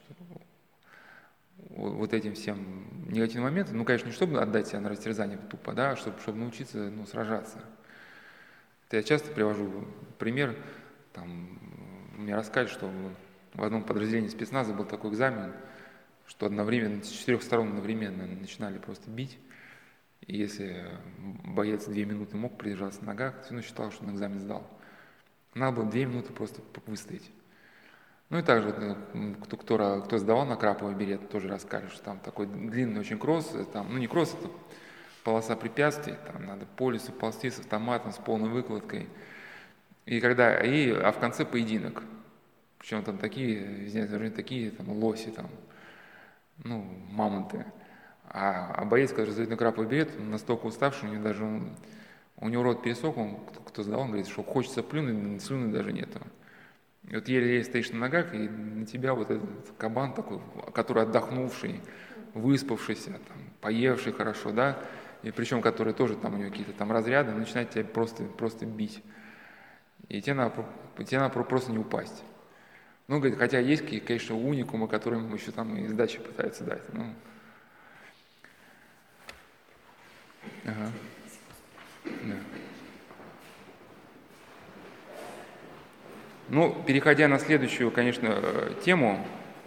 вот этим всем негативным моментам, ну, конечно, не чтобы отдать себя на растерзание тупо, да, а чтобы, чтобы научиться, ну, сражаться. Это я часто привожу пример, там, мне рассказывают, что в одном подразделении спецназа был такой экзамен, что одновременно, с четырех сторон одновременно начинали просто бить, и если боец две минуты мог придержаться на ногах, все равно считал, что он экзамен сдал. Надо было две минуты просто выстоять. Ну и также, кто, кто, кто сдавал на краповый билет, тоже расскажет, что там такой длинный очень кросс, там, ну не кросс, это полоса препятствий, там надо по лесу ползти с автоматом, с полной выкладкой. И когда, и, а в конце поединок. Причем там такие, извиняюсь, такие там лоси, там, ну, мамонты. А, а боец, который сдает на краповый билет, он настолько уставший, у него даже, он, у него рот пересох, он, кто, кто сдал, он говорит, что хочется плюнуть, слюны даже нету. И вот еле-еле стоишь на ногах, и на тебя вот этот кабан такой, который отдохнувший, выспавшийся, там, поевший хорошо, да, и причем который тоже там у него какие-то там разряды, начинает тебя просто, просто бить. И тебе надо, тебе надо просто не упасть. Ну, говорит, хотя есть, конечно, уникумы, которым еще там и сдачи пытаются дать. Ну. Ага. Да. Ну, переходя на следующую, конечно, тему,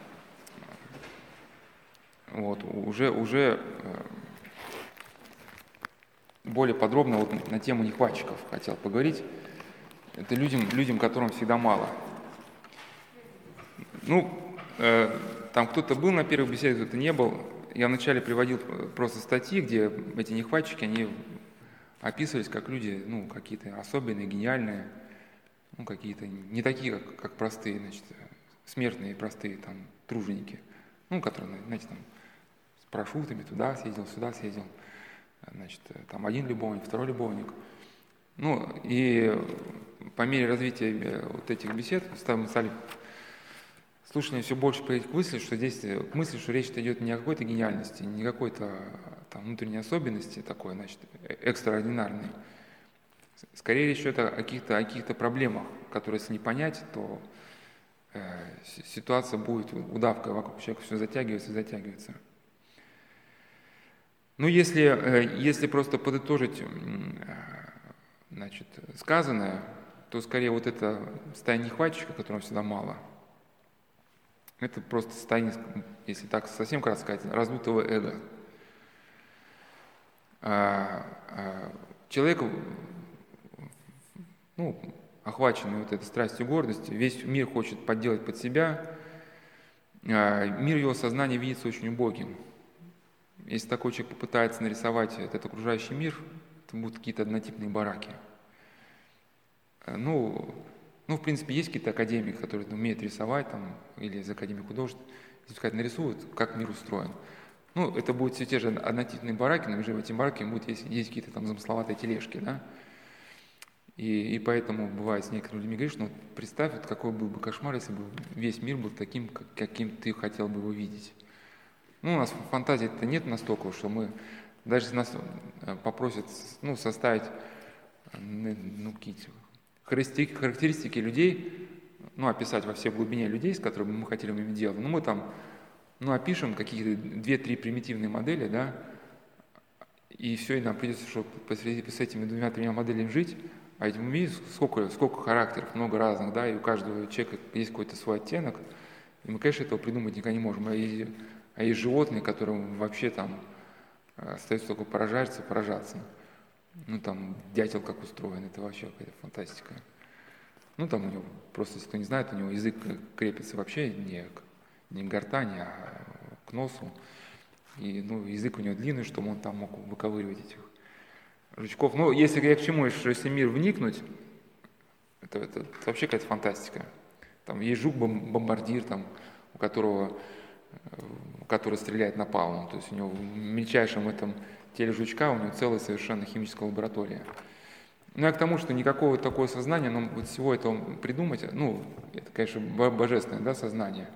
вот, уже, уже более подробно вот на тему нехватчиков хотел поговорить. Это людям, людям, которым всегда мало. Ну, э, там кто-то был на первой беседе, кто-то не был. Я вначале приводил просто статьи, где эти нехватчики, они описывались как люди, ну, какие-то особенные, гениальные, ну, какие-то не такие, как, как простые, значит, смертные, простые там труженики, ну, которые, знаете, там, с парашютами туда съездил, сюда съездил, значит, там один любовник, второй любовник. Ну, и по мере развития вот этих бесед мы стали слушание все больше приходить к мысли, что здесь, к мысли, что речь идет не о какой-то гениальности, не о какой-то там внутренней особенности такой, значит, экстраординарной. Скорее речь идет о каких-то, о каких-то проблемах, которые, если не понять, то э, ситуация будет удавкой вокруг человека, все затягивается и затягивается. Ну, если, э, если просто подытожить э, значит, сказанное, то скорее вот это состояние нехватчика, которого всегда мало, это просто состояние, если так совсем кратко сказать, раздутого эго. А, а, человек, ну, охваченный вот этой страстью гордости, весь мир хочет подделать под себя, а, мир его сознания видится очень убогим. Если такой человек попытается нарисовать этот окружающий мир, это будут какие-то однотипные бараки. Ну, ну, в принципе, есть какие-то академики, которые умеют рисовать, там, или из Академии художеств, если сказать, нарисуют, как мир устроен. Ну, это будут все те же однотипные бараки, но в эти бараки будут есть, есть какие-то там замысловатые тележки, да. И, и поэтому бывает с некоторыми людьми говоришь, ну, представь, вот какой был бы кошмар, если бы весь мир был таким, каким ты хотел бы его видеть. Ну, у нас фантазии-то нет настолько, что мы, даже если нас попросят, ну, составить, ну, какие-то характеристики людей, ну, описать во всей глубине людей, с которыми мы хотели иметь дело, ну, мы там, ну, опишем какие-то две-три примитивные модели, да, и все, и нам придется, чтобы с этими двумя-тремя моделями жить, а этим видите, сколько, сколько характеров, много разных, да, и у каждого человека есть какой-то свой оттенок, и мы, конечно, этого придумать никогда не можем, а есть, а есть животные, которым вообще там остается только поражаться, поражаться. Ну, там, дятел как устроен, это вообще какая-то фантастика. Ну, там у него, просто если кто не знает, у него язык крепится вообще не к, не к гортани, а к носу. И, ну, язык у него длинный, чтобы он там мог выковыривать этих жучков. Ну, если я к чему, что если мир вникнуть, это, это, это вообще какая-то фантастика. Там есть жук-бомбардир, там, у которого, который стреляет напалмом. То есть у него в мельчайшем этом теле жучка у него целая совершенно химическая лаборатория. Ну, я к тому, что никакого такого сознания, но вот всего этого придумать, ну, это, конечно, божественное, да, сознание.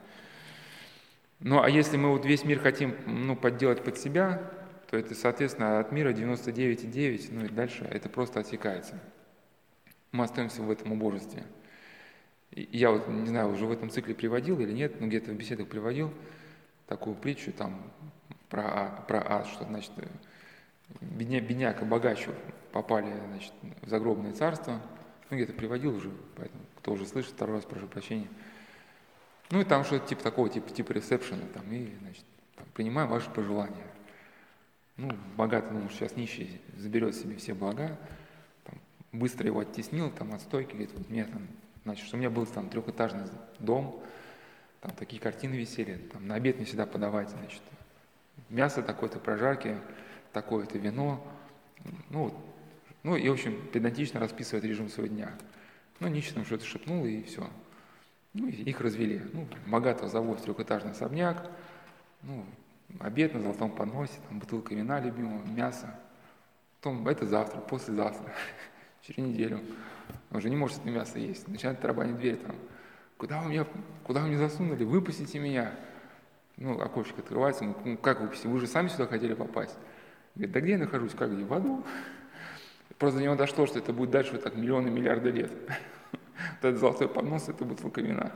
Ну, а если мы вот весь мир хотим, ну, подделать под себя, то это, соответственно, от мира девяносто девять и девять, ну и дальше это просто отсекается. Мы остаемся в этом убожестве. И я вот, не знаю, уже в этом цикле приводил или нет, но где-то в беседах приводил такую притчу там про, а, про ад, что, значит, бедня, бедняк и богач попали, значит, в загробное царство. Ну, где-то приводил уже, поэтому кто уже слышит, второй раз прошу прощения. Ну и там что-то типа такого, типа, типа ресепшена, там, и, значит, там, принимаем ваши пожелания. Ну, богатый, ну, сейчас нищий заберет себе все блага, там, быстро его оттеснил, там, от стойки, говорит, вот мне там, значит, что у меня был там трехэтажный дом, там такие картины висели, там, на обед мне всегда подавать, значит, мясо такое-то, прожарки, такое-то вино, ну, ну, и, в общем, педантично расписывает режим своего дня. Ну, нищий там что-то шепнул, и все. Ну, и их развели. Ну, богатого зовут трехэтажный особняк, ну, обед на золотом подносе, там, бутылка вина любимого, мясо. Потом это завтра, послезавтра, через неделю. Он уже не может это мясо есть. Начинает тарабанить дверь там. Куда вы меня, куда вы меня засунули? Выпустите меня. Ну, окошко открывается. Ну, как выпустите? Вы же сами сюда хотели попасть. Говорит, да где я нахожусь? Как где? В аду. Просто до него дошло, что это будет дальше вот так миллионы, миллиарды лет. Вот этот золотой поднос, это бутылка вина.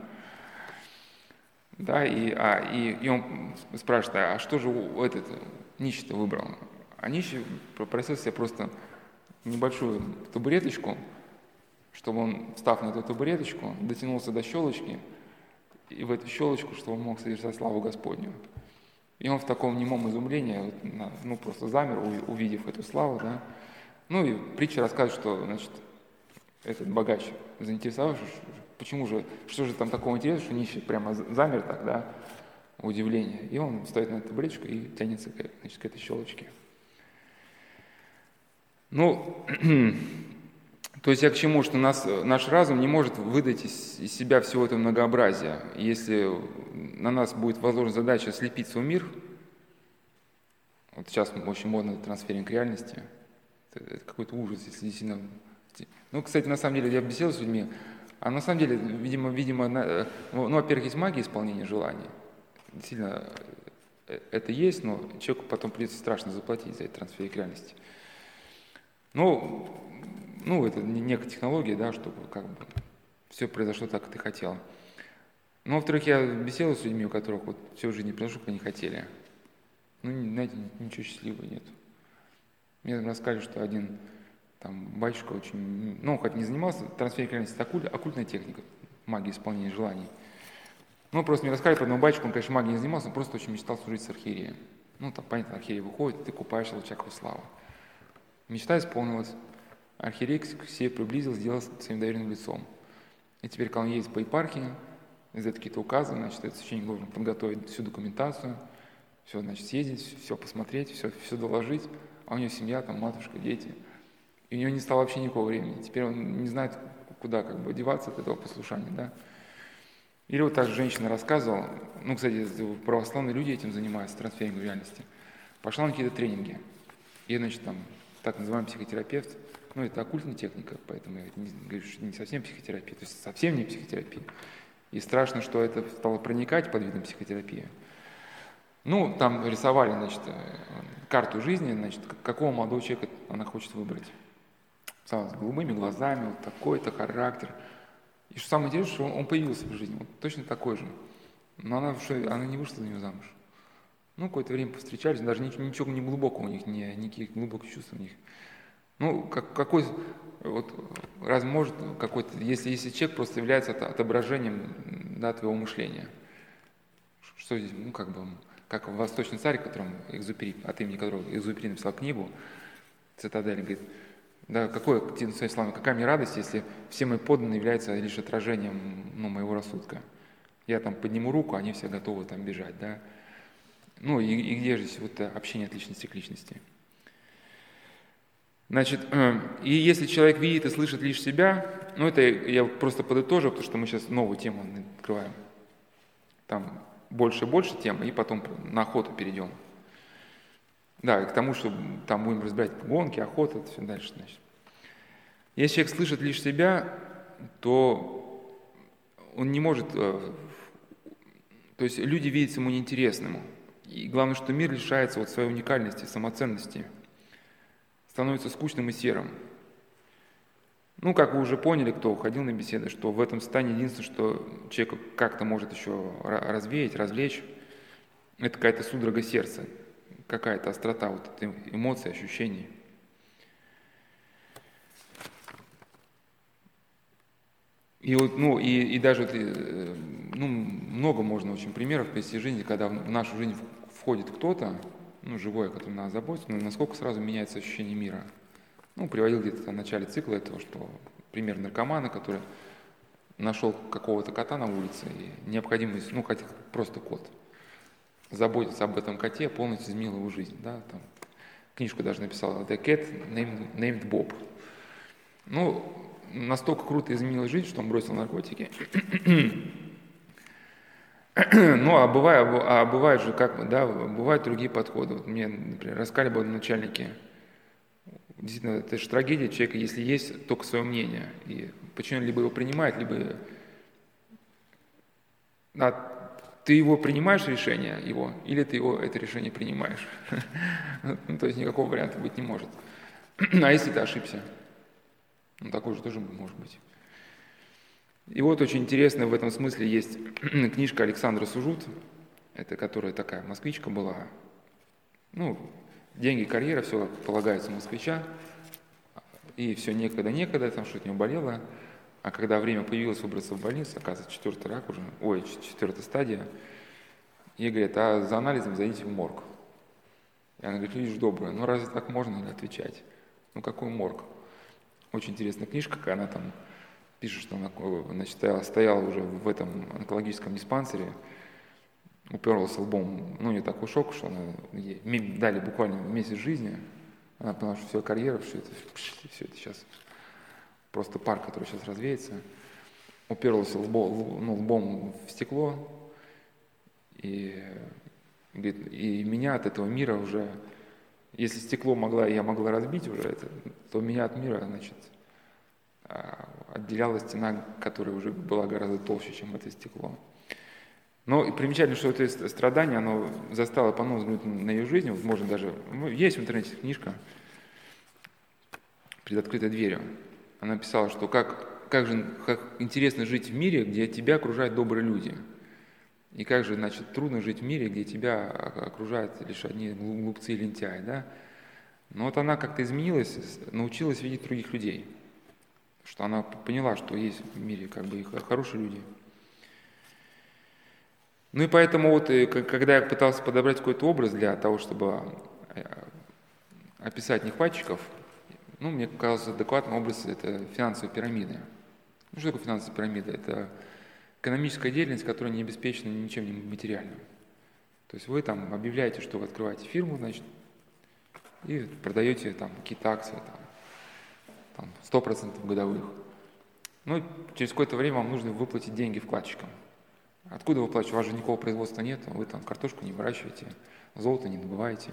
Да, и, а, и, и он спрашивает, а что же этот нищий-то выбрал? А нищий попросил себе просто небольшую табуреточку, чтобы он, встав на эту табуреточку, дотянулся до щелочки, и в эту щелочку, чтобы он мог совершать славу Господню. И он в таком немом изумлении, ну, просто замер, увидев эту славу, да. Ну, и притча рассказывает, что, значит, этот богач заинтересовавшись, почему же, что же там такого интересного, что нищий прямо замер так, да, удивление. И он стоит на эту табуреточку и тянется, значит, к этой щелочке. Ну, то есть я к чему, что нас, наш разум не может выдать из, из себя всего этого многообразия. Если на нас будет возложена задача слепить свой мир, вот сейчас очень модно трансферинг реальности, это, это какой-то ужас, если действительно... Ну, кстати, на самом деле, я беседовал с людьми, а на самом деле, видимо, видимо на, ну, во-первых, есть магия исполнения желаний. Действительно, это есть, но человеку потом придется страшно заплатить за этот трансфер реальности. Ну, ну, это некая технология, да, чтобы как бы все произошло так, как ты хотел. Но, во-вторых, я беседовал с людьми, у которых вот все в жизни произошло, как они хотели. Ну, знаете, ничего счастливого нет. Мне там рассказали, что один там батюшка очень, ну, хоть не занимался трансфером реальности, это оккульт, оккультная техника, магия исполнения желаний. Ну, просто мне рассказали про одного батюшку, он, конечно, магией не занимался, он просто очень мечтал служить с архиереем. Ну, там, понятно, архиерей выходит, ты купаешься в лучах славы. Мечта исполнилась. Архиерей к себе приблизил, сделал своим доверенным лицом. И теперь, когда он едет по епархии, издает какие-то указы, значит, этот священник должен подготовить всю документацию, все, значит, съездить, все посмотреть, все, все доложить, а у него семья, там, матушка, дети. И у него не стало вообще никакого времени. Теперь он не знает, куда как бы деваться от этого послушания, да. Или вот так женщина рассказывала, ну, кстати, православные люди этим занимаются, трансфером реальности. Пошла на какие-то тренинги. И, значит, там, так называемый психотерапевт, ну, это оккультная техника, поэтому я не, говорю, что не совсем психотерапия, то есть совсем не психотерапия. И страшно, что это стало проникать под видом психотерапии. Ну, там рисовали, значит, карту жизни, значит, какого молодого человека она хочет выбрать. С голубыми глазами, вот такой-то характер. И что самое интересное, что он появился в жизни, вот точно такой же. Но она, что, она не вышла за него замуж. Ну, какое-то время повстречались, даже ничего, ничего не глубокого у них, не, никаких глубоких чувств у них. Ну, как, какой, вот, раз может какой-то, если, если человек просто является отображением, да, твоего мышления. Что здесь, ну, как бы, как восточный царь, которому Экзюпери, от имени которого Экзюпери написал книгу «Цитадель», говорит, Да, какое, своими словами, какая мне радость, если все мои подданные являются лишь отражением, ну, моего рассудка. Я там подниму руку, они все готовы там бежать, да. Ну и, и где же здесь вот общение от личности к личности? Значит, э, и если человек видит и слышит лишь себя, ну это я просто подытожу, потому что мы сейчас новую тему открываем. Там больше и больше тем, и потом на охоту перейдем. Да, и к тому, что там будем разбирать гонки, охота, все дальше, значит. Если человек слышит лишь себя, то он не может... То есть люди видятся ему неинтересным. И главное, что мир лишается вот своей уникальности, самоценности, становится скучным и серым. Ну, как вы уже поняли, кто ходил на беседы, что в этом состоянии единственное, что человек как-то может еще развеять, развлечь, это какая-то судорога сердца, какая-то острота вот этой эмоций, ощущений. И вот, ну, и, и даже, ну, много можно очень примеров привести из жизни, когда в нашу жизнь входит кто-то, ну, живое, который нас заботится, но насколько сразу меняется ощущение мира. Ну, приводил где-то в начале цикла этого, что пример наркомана, который нашел какого-то кота на улице, и необходимость, ну, хотя просто кот, заботиться об этом коте полностью изменил его жизнь, да, там, книжку даже написал «The Cat named, named Bob». Ну, настолько круто изменил жизнь, что он бросил наркотики. Ну, а бывает, а бывает же, как, да, бывают другие подходы. Вот мне, например, рассказали бы начальники, действительно, это же трагедия человека, если есть только свое мнение. И почему он либо его принимает, либо... А ты его принимаешь, решение его, или ты его, это решение принимаешь? Ну, то есть никакого варианта быть не может. А если ты ошибся? Ну, такой же тоже может быть. И вот очень интересно в этом смысле есть книжка Александра Сужут, это которая такая москвичка была. Ну, деньги, карьера, все полагается москвича, и все некогда-некогда, там что-то у него болело. А когда время появилось выбраться в больницу, оказывается, четвертый рак уже, ой, четвертая стадия, ей говорят, а за анализом зайдите в морг. И она говорит, люди же добрые, ну разве так можно отвечать? Ну какой морг? Очень интересная книжка, как она там пишет, что она, значит, стояла, стояла уже в этом онкологическом диспансере, уперлась лбом, ну не такой шок, что она, ей дали буквально месяц жизни, она поняла, что все, карьера, все это, все это сейчас просто пар, который сейчас развеется, уперлась лбом, ну, лбом в стекло, и, говорит, и меня от этого мира уже, если стекло могла, я могла разбить уже это, то меня от мира, значит, отделяла стена, которая уже была гораздо толще, чем это стекло. Но и примечательно, что это страдание, оно застало по-новому взглянуть на ее жизнь. Вот можно даже... Ну, есть в интернете книжка «Перед открытой дверью». Она писала, что как, как же как интересно жить в мире, где тебя окружают добрые люди. И как же, значит, трудно жить в мире, где тебя окружают лишь одни глупцы и лентяи, да? Но вот она как-то изменилась, научилась видеть других людей. Что она поняла, что есть в мире как бы и хорошие люди. Ну и поэтому вот, когда я пытался подобрать какой-то образ для того, чтобы описать нехватчиков, ну, мне казалось, адекватный образ – это финансовая пирамида. Ну, что такое финансовая пирамида? Это экономическая деятельность, которая не обеспечена ничем не материальным. То есть вы там объявляете, что вы открываете фирму, значит, и продаете там какие-то акции, там, там, сто процентов годовых. Ну, через какое-то время вам нужно выплатить деньги вкладчикам. Откуда вы платите? У вас же никакого производства нет, вы там картошку не выращиваете, золото не добываете.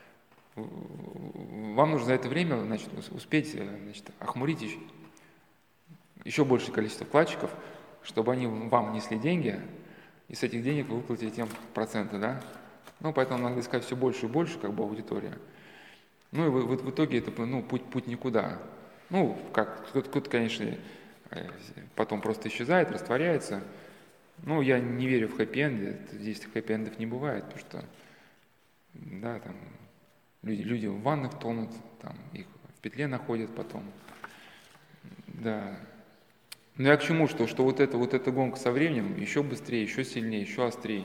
Вам нужно за это время, значит, успеть, значит, охмурить еще, еще большее количество вкладчиков, чтобы они вам несли деньги, и с этих денег вы выплатите им проценты, да? Ну, поэтому надо искать все больше и больше, как бы, аудитория. Ну, и в, в, в итоге это, ну, путь, путь никуда. Ну, как, кто-то, кто-то, конечно, потом просто исчезает, растворяется. Ну, я не верю в хэппи-энды, здесь хэппи-эндов не бывает, потому что, да, там, люди, люди в ваннах тонут, там, их в петле находят потом, да. Но я к чему, что, что вот, это, вот эта гонка со временем еще быстрее, еще сильнее, еще острее.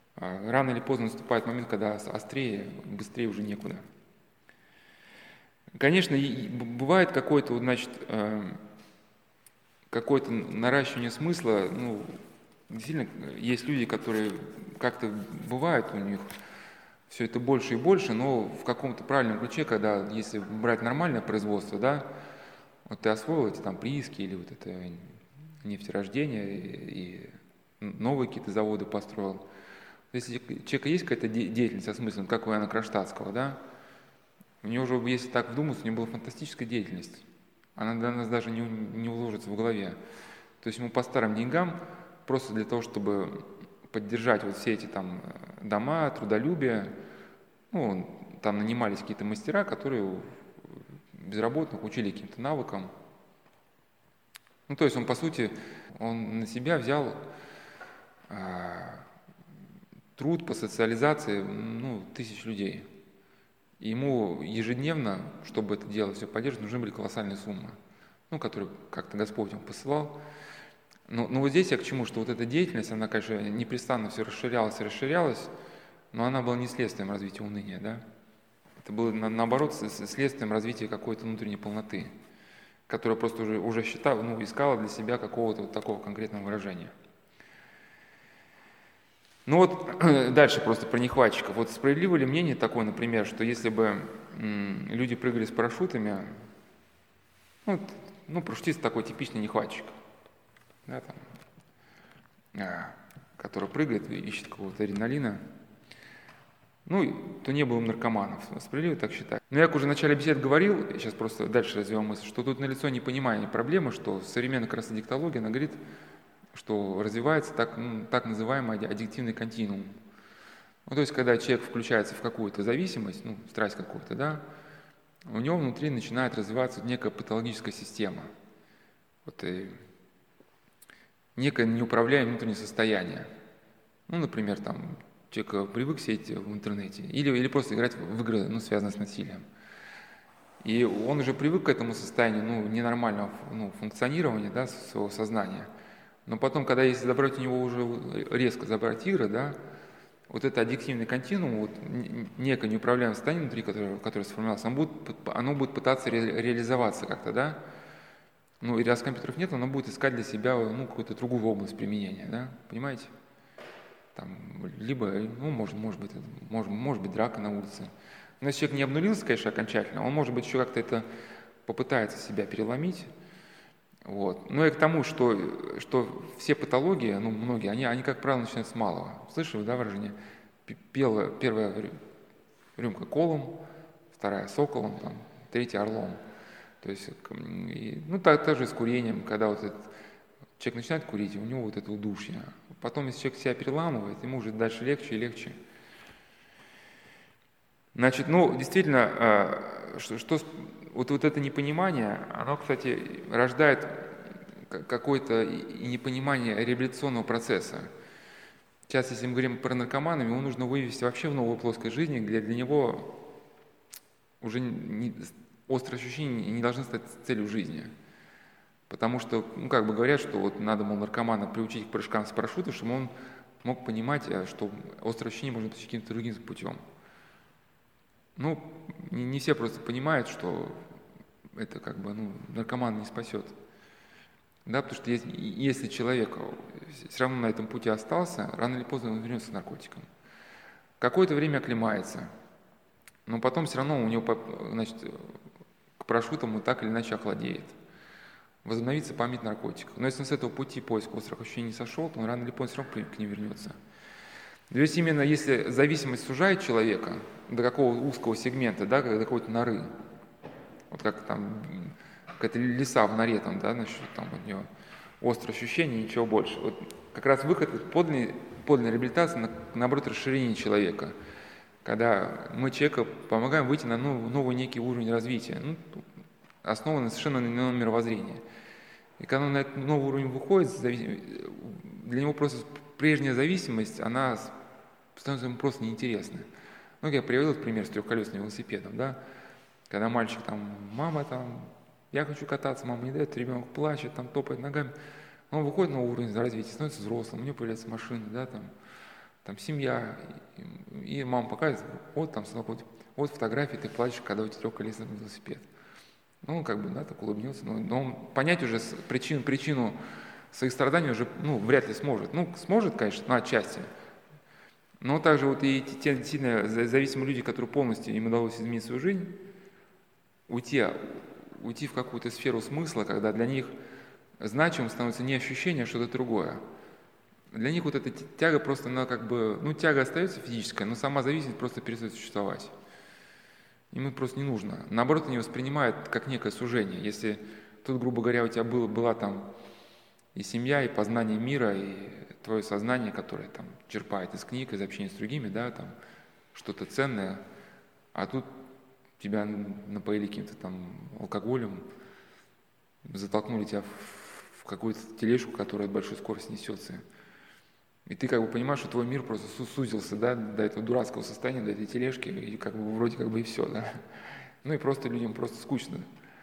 Рано или поздно наступает момент, когда острее, быстрее уже некуда. Конечно, и бывает какое-то, значит, какое-то наращивание смысла. Ну, действительно, есть люди, которые как-то бывает у них все это больше и больше, но в каком-то правильном ключе, когда, если брать нормальное производство, да, вот ты освоил эти там прииски или вот это нефтерождение и новые какие-то заводы построил. Если у человека есть какая-то деятельность со смыслом, как у Иоанна Кронштадтского, да, у него уже, если так вдуматься, у него была фантастическая деятельность. Она для нас даже не, не уложится в голове. То есть ему по старым деньгам, просто для того, чтобы поддержать вот все эти там дома, трудолюбие, ну, там нанимались какие-то мастера, которые безработных учили каким-то навыкам. Ну, то есть он, по сути, он на себя взял а, труд по социализации, ну, тысяч людей. И ему ежедневно, чтобы это дело все поддерживать, нужны были колоссальные суммы, ну, которые как-то Господь ему посылал. Но, но вот здесь я к чему, что вот эта деятельность, она, конечно, непрестанно все расширялась и расширялась, но она была не следствием развития уныния, да? Это было, на, наоборот, следствием развития какой-то внутренней полноты, которая просто уже, уже считала, ну, искала для себя какого-то вот такого конкретного выражения. Ну вот дальше просто про нехватчиков. Вот справедливо ли мнение такое, например, что если бы м, люди прыгали с парашютами, ну, ну парашютист такой типичный нехватчик, да, там, а, который прыгает, ищет какого-то адреналина, ну, то не было наркоманов. Справедливо так считать. Но я, как уже в начале беседы говорил, сейчас просто дальше развиваю мысль, что тут налицо непонимание проблемы, что современная как раз диктология, она говорит, что развивается так, ну, так называемый аддиктивный континуум. Ну, то есть, когда человек включается в какую-то зависимость, ну, страсть какую-то, да, у него внутри начинает развиваться некая патологическая система. Вот, и некое неуправляемое внутреннее состояние. Ну, например, там, человек привык сидеть в интернете или, или просто играть в игры, ну, связанные с насилием. И он уже привык к этому состоянию, ну, ненормального, ну, функционирования, да, своего сознания. Но потом, когда если забрать у него уже резко забрать игры, да, вот это аддиктивный континуум, вот некое неуправляемое состояние внутри, которое, которое сформировалось, оно будет, оно будет пытаться ре, реализоваться как-то, да. Ну, и раз компьютеров нет, оно будет искать для себя, ну, какую-то другую область применения, да, понимаете? Там, либо, ну, может, может быть, может, может быть, драка на улице. Но если человек не обнулился, конечно, окончательно, он, может быть, еще как-то это попытается себя переломить. Вот. Но и к тому, что, что все патологии, ну, многие, они, они, как правило, начинаются с малого. Слышали, да, выражение? Первая, первая рюмка колом, вторая соколом, там, третья орлом. То есть, и, ну, так, так же и с курением, когда вот этот человек начинает курить, у него вот это удушье. Потом, если человек себя переламывает, ему уже дальше легче и легче. Значит, ну, действительно, что, что вот, вот это непонимание, оно, кстати, рождает какое-то непонимание реабилитационного процесса. Сейчас, если мы говорим про наркомана, его нужно вывести вообще в новую плоскость жизни, где для него уже не, острые ощущения не должны стать целью жизни. Потому что, ну, как бы говорят, что вот надо, мол, наркомана приучить к прыжкам с парашютом, чтобы он мог понимать, что острые ощущения можно получить каким-то другим путем. Ну, не, не все просто понимают, что это как бы, ну, наркоман не спасет. Да, потому что если, если человек все равно на этом пути остался, рано или поздно он вернется к наркотикам. Какое-то время оклемается, но потом все равно у него, значит, к парашютам он так или иначе охладеет. Возобновится память наркотиков. Но если он с этого пути поиска острых ощущений не сошел, то он рано или поздно все равно к ним вернется. То есть именно если зависимость сужает человека до какого узкого сегмента, да, до какой-то норы, вот как там какая-то лиса в норе, там, да, значит, там у нее острые ощущения, ничего больше. Вот как раз выход из подлинной, подлинной реабилитации, на, наоборот, расширение человека, когда мы человеку помогаем выйти на новый, новый некий уровень развития, ну, основанный совершенно на ином мировоззрении. И когда он на этот новый уровень выходит, для него просто прежняя зависимость, она становится ему просто неинтересна. Ну, я приводил пример с трехколесным велосипедом, да, когда мальчик там, мама там, я хочу кататься, мама не дает, ребенок плачет, там топает ногами, он выходит на уровень развития, становится взрослым, у него появляется машина, да, там, там семья, и, и мама показывает, вот там, сынок, вот, вот фотографии, ты плачешь, когда у тебя трехколесный велосипед. Ну, он как бы, да, так улыбнется, но, но он понять уже причину, причину своих страданий уже, ну, вряд ли сможет. Ну, сможет, конечно, но отчасти. Но также вот и те действительно зависимые люди, которые полностью им удалось изменить свою жизнь, уйти, уйти в какую-то сферу смысла, когда для них значимым становится не ощущение, а что-то другое. Для них вот эта тяга просто, она как бы, ну, тяга остается физическая, но сама зависимость просто перестает существовать. Ему просто не нужно. Наоборот, они воспринимают как некое сужение. Если тут, грубо говоря, у тебя было, была там и семья, и познание мира, и твое сознание, которое там черпает из книг, из общения с другими, да, там что-то ценное, а тут тебя напоили каким-то там алкоголем, затолкнули тебя в какую-то тележку, которая от большой скорости несется. И ты как бы понимаешь, что твой мир просто сузился, да, до этого дурацкого состояния, до этой тележки, и как бы вроде как бы и все, да. Ну и просто людям просто скучно.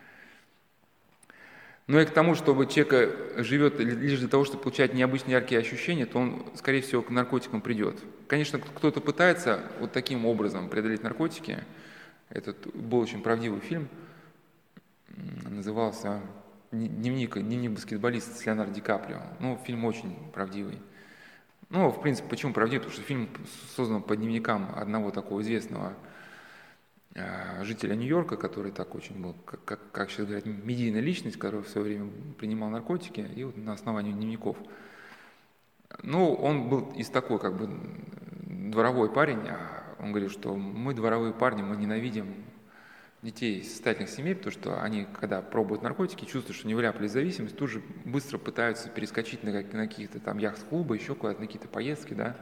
Но и к тому, чтобы человек живет лишь для того, чтобы получать необычные яркие ощущения, то он, скорее всего, к наркотикам придет. Конечно, кто-то пытается вот таким образом преодолеть наркотики. Этот был очень правдивый фильм, назывался «Дневник, дневник баскетболиста» с Леонардо Ди Каприо. Ну, фильм очень правдивый. Ну, в принципе, почему правдивый? Потому что фильм создан по дневникам одного такого известного э, жителя Нью-Йорка, который так очень был, как, как, как сейчас говорят, медийная личность, который в свое время принимал наркотики, и вот на основании дневников. Ну, он был из такой, как бы, дворовой парень, а он говорит, что мы, дворовые парни, мы ненавидим детей из состоятельных семей, потому что они, когда пробуют наркотики, чувствуют, что не вляпались в зависимость, тут же быстро пытаются перескочить на, на какие-то там яхт-клубы, еще куда-то, на какие-то поездки, да.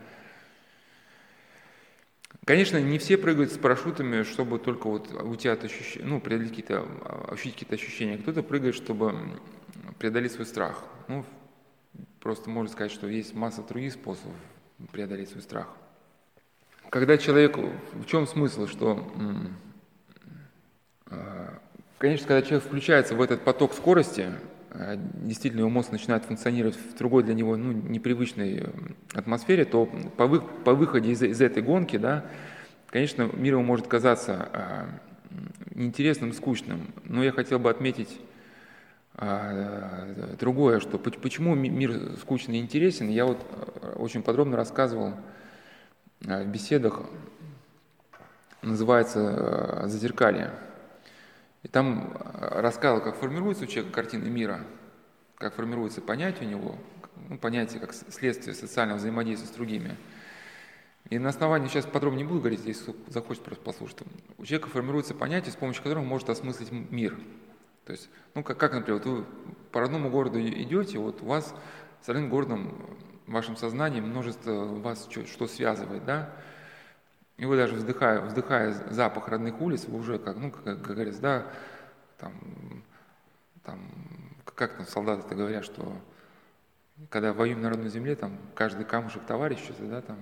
Конечно, не все прыгают с парашютами, чтобы только вот уйти от ощущения, ну, преодолеть какие-то, ощутить какие-то ощущения. Кто-то прыгает, чтобы преодолеть свой страх. Ну, просто можно сказать, что есть масса других способов преодолеть свой страх. Когда человеку, в чем смысл, что... Конечно, когда человек включается в этот поток скорости, действительно его мозг начинает функционировать в другой для него, ну, непривычной атмосфере, то по, вы, по выходе из, из этой гонки, да, конечно, мир ему может казаться а, неинтересным, скучным. Но я хотел бы отметить а, другое, что почему мир скучный и интересен, я вот очень подробно рассказывал в беседах, называется «Зазеркалье». И там рассказывал, как формируется у человека картина мира, как формируется понятие у него, ну, понятие как следствие социального взаимодействия с другими. И на основании, сейчас подробно не буду говорить, если захочет просто послушать, у человека формируется понятие, с помощью которого он может осмыслить мир. То есть, ну, как, как например, вот вы по родному городу идете, вот у вас с родным городом, в вашем сознании множество вас что, что связывает, да? И вы даже вздыхая, вздыхая запах родных улиц, вы уже, как, ну, как, как говорится, да, там, там, как там солдаты-то говорят, что когда воюем на родной земле, там каждый камушек товарищ, что-то, да, там,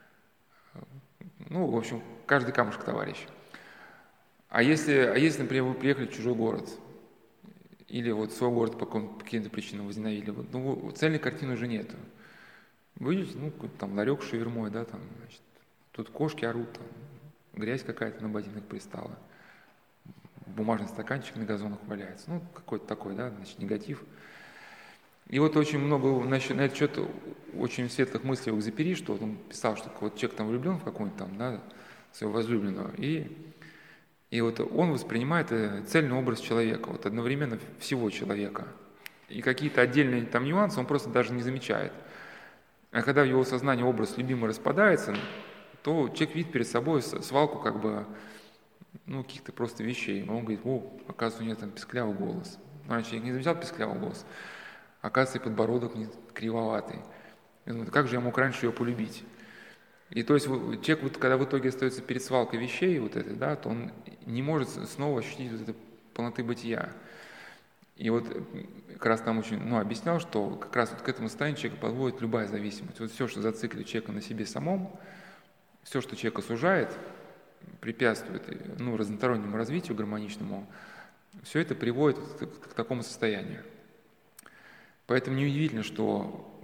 ну, в общем, каждый камушек товарищ. А если, а если, например, вы приехали в чужой город, или вот свой город по, по каким-то причинам возненавидели, вот, ну, цельной картины уже нету. Вы видите, ну, там, ларек с шавермой, да, там, значит, тут кошки орут, там, грязь какая-то на ботинок пристала, бумажный стаканчик на газонах валяется. Ну, какой-то такой, да, значит, негатив. И вот очень много на этот счет очень светлых мыслей у Экзюпери, что вот он писал, что вот человек там влюблен в какую-нибудь там, да, своего возлюбленного, и, и вот он воспринимает цельный образ человека, вот одновременно всего человека. И какие-то отдельные там нюансы он просто даже не замечает. А когда в его сознании образ любимый распадается, то человек видит перед собой свалку как бы, ну, каких-то просто вещей. Он говорит, о, оказывается, у него там писклявый голос. Раньше я не замечал писклявый голос. Оказывается, и подбородок кривоватый. Я думаю, как же я мог раньше ее полюбить? И то есть человек, вот, когда в итоге остается перед свалкой вещей, вот этой, да, то он не может снова ощутить вот этой полноты бытия. И вот как раз там очень, ну, объяснял, что как раз вот к этому состоянию человека подводит любая зависимость. Вот все, что зациклит человека на себе самом, все, что человека сужает, препятствует, ну, разностороннему развитию гармоничному, все это приводит к, к такому состоянию. Поэтому неудивительно, что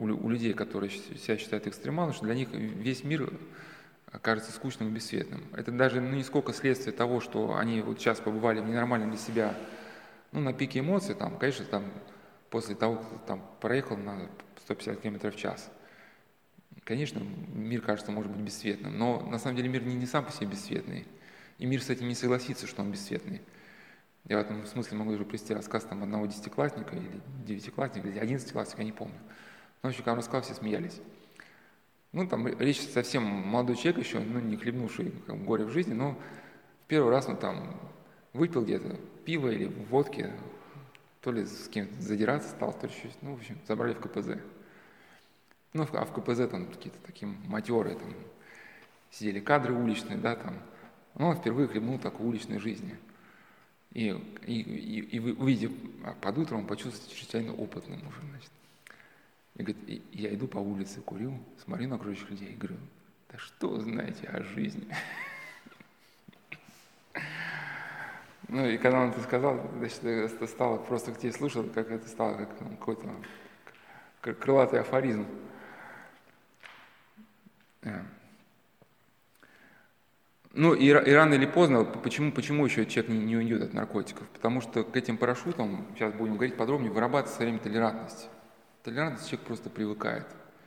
у, у людей, которые себя считают экстремалами, что для них весь мир кажется скучным и бесцветным. Это даже ну, не сколько следствие того, что они вот сейчас побывали в ненормальном для себя, ну, на пике эмоций, там, конечно, там, после того, как ты там проехал на сто пятьдесят километров в час, конечно, мир кажется, может быть, бесцветным, но на самом деле мир не, не сам по себе бесцветный, и мир с этим не согласится, что он бесцветный. Я в этом смысле могу даже привести рассказ там, одного десятиклассника или девятиклассника, или одиннадцатиклассника, я не помню. Но, в общем, когда он рассказал, все смеялись. Ну, там речь совсем молодой человек еще, ну, не хлебнувший как бы, горе в жизни, но в первый раз он там выпил где-то пиво или водки, то ли с кем-то задираться стал, то ли еще, ну, в общем, забрали в ка пэ зэ. Ну, а в ка пэ зэ там какие-то такие матерые, там, сидели кадры уличные, да, там. Ну, он впервые хлебнул такой уличной жизни. И, и, и, и вы увидев под утро, он почувствовал себя чрезвычайно опытным уже, значит. И говорит, и я иду по улице, курю, смотрю на окружающих людей и говорю, да что вы знаете о жизни? Ну и когда он это сказал, значит, это стало просто к тебе слушать, как это стало, как какой-то как крылатый афоризм. Ну и, и рано или поздно, почему, почему еще человек не, не уйдет от наркотиков? Потому что к этим парашютам, сейчас будем говорить подробнее, вырабатывается со временем толерантность. Толерантность человек просто привыкает.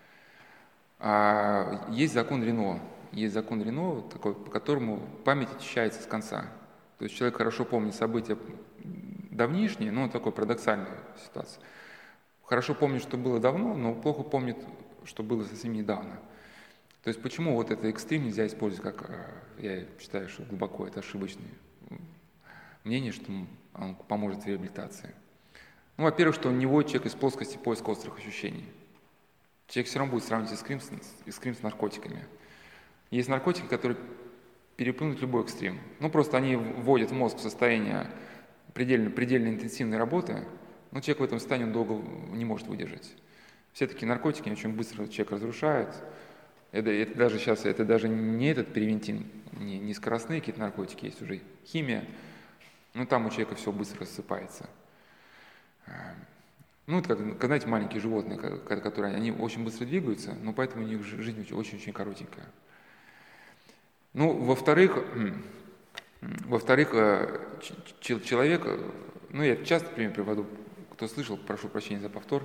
А есть закон Рено. Есть закон Рено, такой, по которому память очищается с конца. То есть человек хорошо помнит события давнишние, ну, такой парадоксальная ситуация. Хорошо помнит, что было давно, но плохо помнит, что было совсем недавно. То есть почему вот это экстрим нельзя использовать как, я считаю, что глубоко это ошибочное мнение, что он поможет в реабилитации. Ну, во-первых, что он не вводит человек из плоскости поиска острых ощущений. Человек все равно будет сравнивать экстрим с, экстрим с наркотиками. Есть наркотики, которые переплюнут любой экстрим. Ну, просто они вводят в мозг в состояние предельно, предельно интенсивной работы, но человек в этом состоянии долго не может выдержать. Все такие наркотики очень быстро человек разрушают. Это, это даже сейчас, это даже не этот перевентин, не, не скоростные какие-то наркотики, есть уже химия, но там у человека все быстро рассыпается. Ну, это как, знаете, маленькие животные, которые, они очень быстро двигаются, но поэтому у них жизнь очень-очень коротенькая. Ну, во-вторых, во-вторых, человек, ну, я часто пример приводу, кто слышал, прошу прощения за повтор.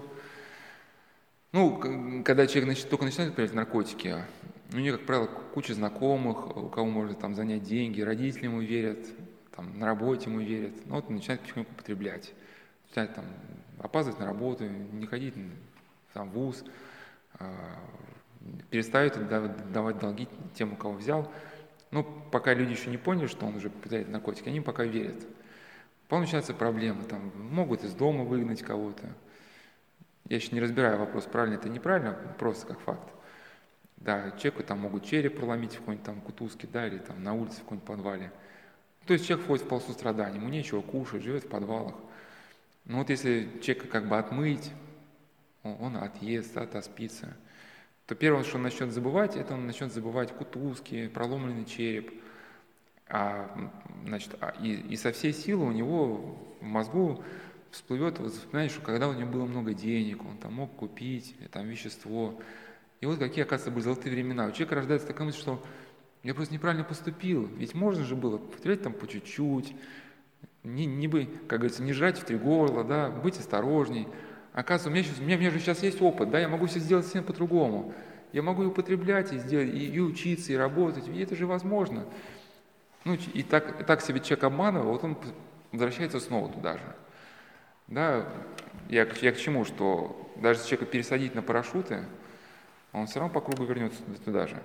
Ну, когда человек только начинает принимать наркотики, у него, как правило, куча знакомых, у кого можно там занять деньги, родители ему верят, там, на работе ему верят. Ну, вот он начинает потихоньку употреблять. Начинает там опаздывать на работу, не ходить там, в вуз, перестает давать долги тем, у кого взял. Ну, пока люди еще не поняли, что он уже употребляет наркотики, они пока верят. Потом начинаются проблемы, там, могут из дома выгнать кого-то. Я еще не разбираю вопрос, правильно это неправильно, просто как факт. Да, человеку там могут череп проломить в какой-нибудь там кутузке, да, или там на улице в каком-нибудь подвале. То есть человек входит в полосу страдания, ему нечего кушать, живет в подвалах. Но вот если человека как бы отмыть, он отъест, отоспится, то первое, что он начнет забывать, это он начнет забывать кутузки, проломленный череп. А, значит, и, и со всей силы у него в мозгу всплывет воспоминание, что когда у него было много денег, он там мог купить там, вещество. И вот какие, оказывается, были золотые времена. У человека рождается такая мысль, что я просто неправильно поступил. Ведь можно же было потреблять там по чуть-чуть, не, не бы, как говорится, не жрать в три горла, да, быть осторожней. Оказывается, у меня, сейчас, у, меня, у меня же сейчас есть опыт, да, я могу все сделать совсем по-другому. Я могу и употреблять, и, сделать, и, и учиться, и работать, и это же возможно. Ну, и так, и так себе человек обманывал, вот он возвращается снова туда же. Да, я, я к чему, что даже если человека пересадить на парашюты, он все равно по кругу вернется туда же.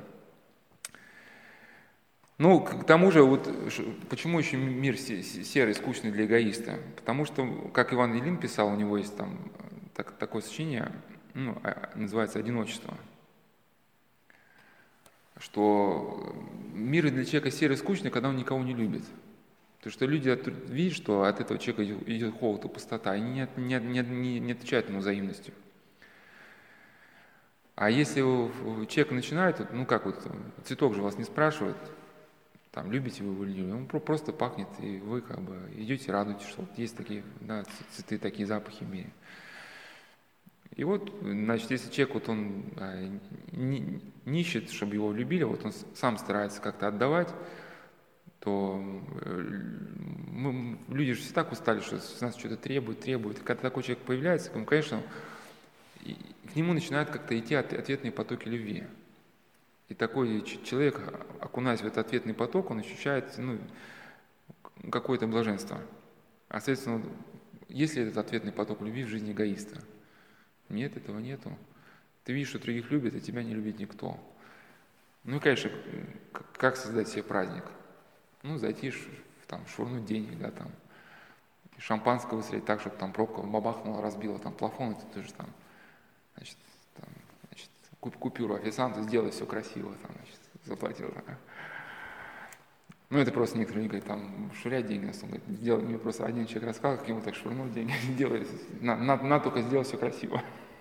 Ну, к тому же, вот почему еще мир серый, скучный для эгоиста? Потому что, как Иван Ильин писал, у него есть там так, такое сочинение, ну, называется «Одиночество», что мир для человека серый, скучный, когда он никого не любит. Потому что люди видят, что от этого человека идет холод и пустота, и не, не, не, не отвечают ему взаимностью. А если у человека начинает, ну как вот, цветок же вас не спрашивает, там, любите вы его или нет, он просто пахнет, и вы как бы идете, радуетесь, что вот есть такие, да, цветы, такие запахи в мире. И вот, значит, если человек, вот он не, не ищет, чтобы его любили, вот он сам старается как-то отдавать, то мы, люди же все так устали, что с нас что-то требуют, требуют. И когда такой человек появляется, то, конечно, к нему начинают как-то идти ответные потоки любви. И такой человек, окунаясь в этот ответный поток, он ощущает, ну, какое-то блаженство. А, соответственно, есть ли этот ответный поток любви в жизни эгоиста? Нет, этого нету. Ты видишь, что других любят, а тебя не любит никто. Ну и, конечно, как создать себе праздник? Ну, зайти, там, швырнуть денег, да, там, шампанского выстрелить так, чтобы там пробка бабахнула, разбила там плафон, и ты же там, значит, там, значит, купюру официанту, сделай все красиво, там, значит, заплатил. Да. Ну, это просто некоторые люди говорят, там, швырять деньги на стол. Сделай, мне просто один человек рассказал, как ему так швырнул деньги, делай, на, на, на только сделай все красиво.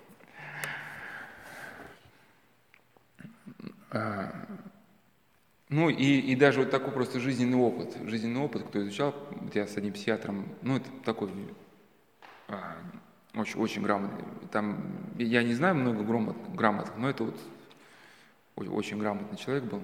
Ну и, и даже вот такой просто жизненный опыт, жизненный опыт, кто изучал, вот я с одним психиатром, ну это такой а, очень, очень грамотный, там, я не знаю много грамот, грамотных, но это вот очень, очень грамотный человек был.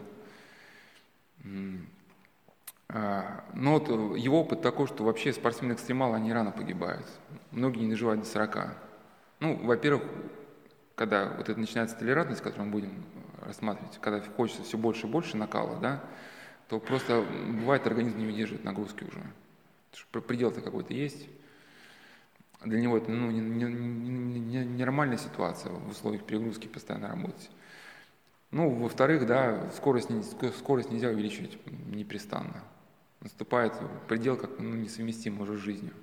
А, но вот его опыт такой, что вообще спортсмены-экстремалы, они рано погибают, многие не доживают до сорока. Ну, во-первых, когда вот это начинается толерантность, которую мы будем рассматривать, когда хочется все больше и больше накала, да, то просто бывает организм не выдерживает нагрузки уже. Предел-то какой-то есть. Для него это ну, не, не, не, не, нормальная ситуация в условиях перегрузки постоянно работать. Ну, во-вторых, да, скорость, скорость нельзя увеличивать непрестанно. Наступает предел как ну, несовместим уже с жизнью.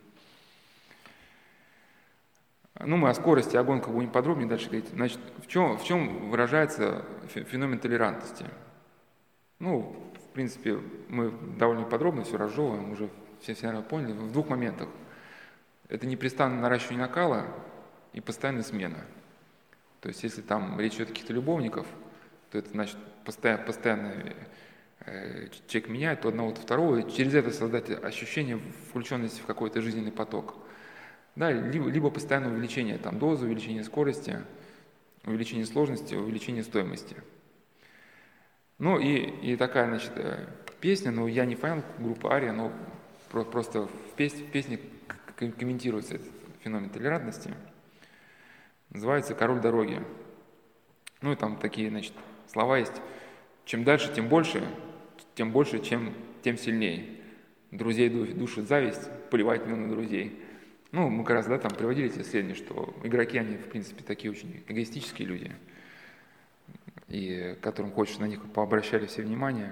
Ну, мы о скорости, о гонках будем подробнее дальше говорить. Значит, в чем, в чем выражается феномен толерантности? Ну, в принципе, мы довольно подробно все разжевываем, уже все, все наверное, поняли, в двух моментах. Это непрестанное наращивание накала и постоянная смена. То есть, если там речь идет о каких-то любовников, то это значит постоянно, постоянно э, человек меняет то одного, то второго, и через это создать ощущение включенности в какой-то жизненный поток. Да, либо, либо постоянное увеличение там, дозы, увеличение скорости, увеличение сложности, увеличение стоимости. Ну и, и такая, значит, песня, ну я не фанат группы Ария, но просто в песне, в песне комментируется этот феномен толерантности. Называется «Король дороги». Ну и там такие, значит, слова есть. Чем дальше, тем больше, тем больше, чем, тем сильнее. Друзей душит зависть, поливает меня на друзей. Ну, мы как раз, да, там приводили эти исследования, что игроки, они, в принципе, такие очень эгоистические люди, и которым хочется на них пообращали все внимание.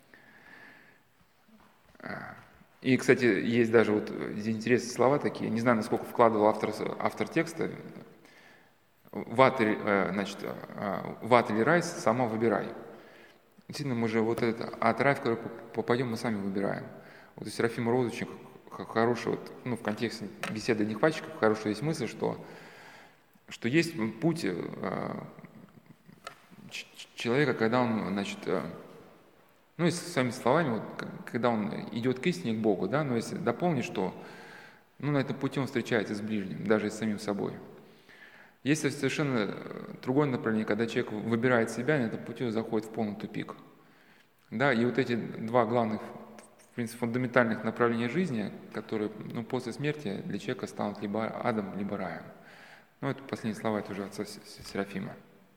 И, кстати, есть даже вот здесь интересные слова такие, не знаю, насколько вкладывал автор, автор текста, в ад, значит, в ад или рай сама выбирай. Действительно, мы же вот этот ад, рай, в который попадем, мы сами выбираем. Вот у Серафима Розыча хороший, вот, ну, в контексте беседы нехватчиков, хорошая есть мысль, что, что есть путь э, человека, когда он, значит, э, ну, и своими словами, вот, когда он идет к истине, к Богу, да, но если дополнить, что, ну, на этом пути он встречается с ближним, даже с самим собой. Есть совершенно другое направление, когда человек выбирает себя, и на этом пути он заходит в полный тупик. Да, и вот эти два главных, в принципе, фундаментальных направления жизни, которые ну, после смерти для человека станут либо адом, либо раем. Ну, это последние слова, это уже отца Серафима.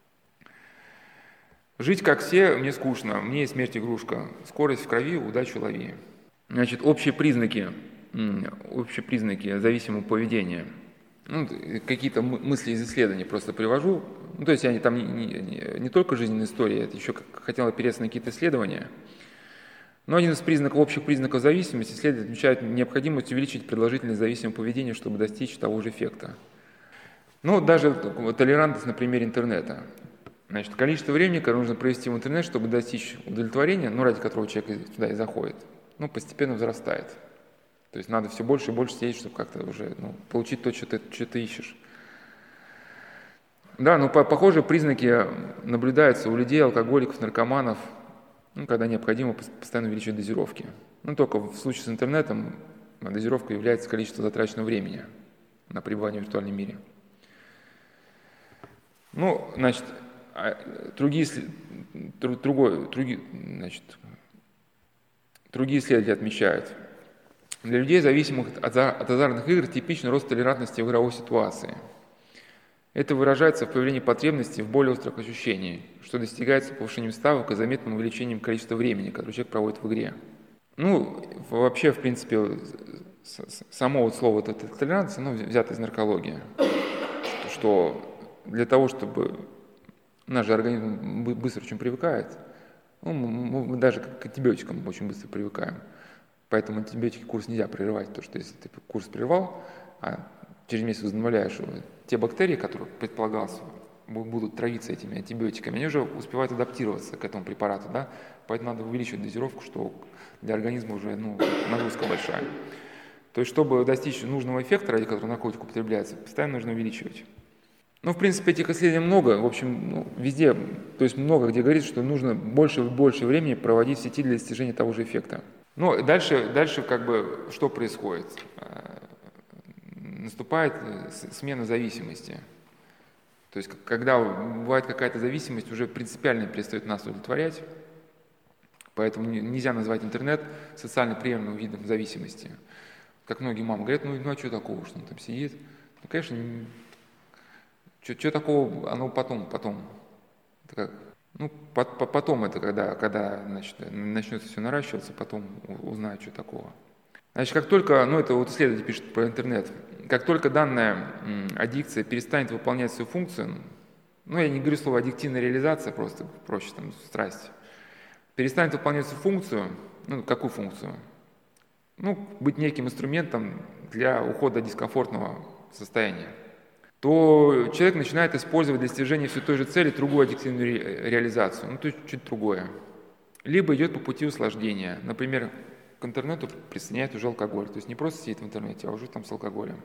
«Жить, как все, мне скучно, мне и смерть игрушка, скорость в крови, удачу лови». Значит, общие признаки, общие признаки зависимого поведения. Ну, какие-то мысли из исследований просто привожу. Ну, то есть я там не, не, не только жизненная история, это еще хотел опереться на какие-то исследования. Но один из признаков, общих признаков зависимости исследователи отмечают необходимость увеличить продолжительность зависимого поведения, чтобы достичь того же эффекта. Ну, даже толерантность на примере интернета. Значит, количество времени, которое нужно провести в интернет, чтобы достичь удовлетворения, ну, ради которого человек туда и заходит, ну, постепенно возрастает. То есть надо все больше и больше сидеть, чтобы как-то уже ну, получить то, что ты, что ты ищешь. Да, ну, по, похожие признаки наблюдаются у людей, алкоголиков, наркоманов, ну, когда необходимо постоянно увеличивать дозировки. Ну, только в случае с интернетом дозировка является количество затраченного времени на пребывание в виртуальном мире. Ну, значит, другие, другой, другие, значит, другие исследователи отмечают, для людей, зависимых от азартных игр, типичен рост толерантности в игровой ситуации. Это выражается в появлении потребностей в более острых ощущениях, что достигается повышением ставок и заметным увеличением количества времени, которое человек проводит в игре. Ну, вообще, в принципе, само вот слово толерантность, оно взято из наркологии, что для того, чтобы наш же организм быстро очень привыкает, ну, мы даже к антибиотикам очень быстро привыкаем. Поэтому антибиотики курс нельзя прерывать, потому что если ты курс прервал, а через месяц возобновляешь его, те бактерии, которые предполагалось будут травиться этими антибиотиками, они уже успевают адаптироваться к этому препарату, да? Поэтому надо увеличивать дозировку, что для организма уже ну, нагрузка большая. То есть, чтобы достичь нужного эффекта, ради которого наркотик употребляется, постоянно нужно увеличивать. Ну, в принципе, этих исследований много, в общем, ну, везде, то есть много где говорится, что нужно больше и больше времени проводить в сети для достижения того же эффекта. Ну, дальше, дальше как бы что происходит? Наступает смена зависимости. То есть, когда бывает какая-то зависимость, уже принципиально перестает нас удовлетворять, поэтому нельзя назвать интернет социально приемлемым видом зависимости. Как многие мамы говорят, ну, ну а что такого, что он там сидит? Ну, конечно, что такого, оно потом, потом. Это как, ну, по, по, потом это, когда, когда значит, начнется все наращиваться, потом узнают, что такого. Значит, как только, ну это вот исследователь пишет про интернет, как только данная аддикция перестанет выполнять свою функцию, ну я не говорю слово аддиктивная реализация, просто проще там страсть, перестанет выполнять свою функцию, ну какую функцию? Ну, быть неким инструментом для ухода от дискомфортного состояния, то человек начинает использовать для достижения все той же цели другую аддиктивную ре- реализацию, ну то есть чуть другое. Либо идет по пути усложнения, например, к интернету присоединяет уже алкоголь, то есть не просто сидит в интернете, а уже там с алкоголем.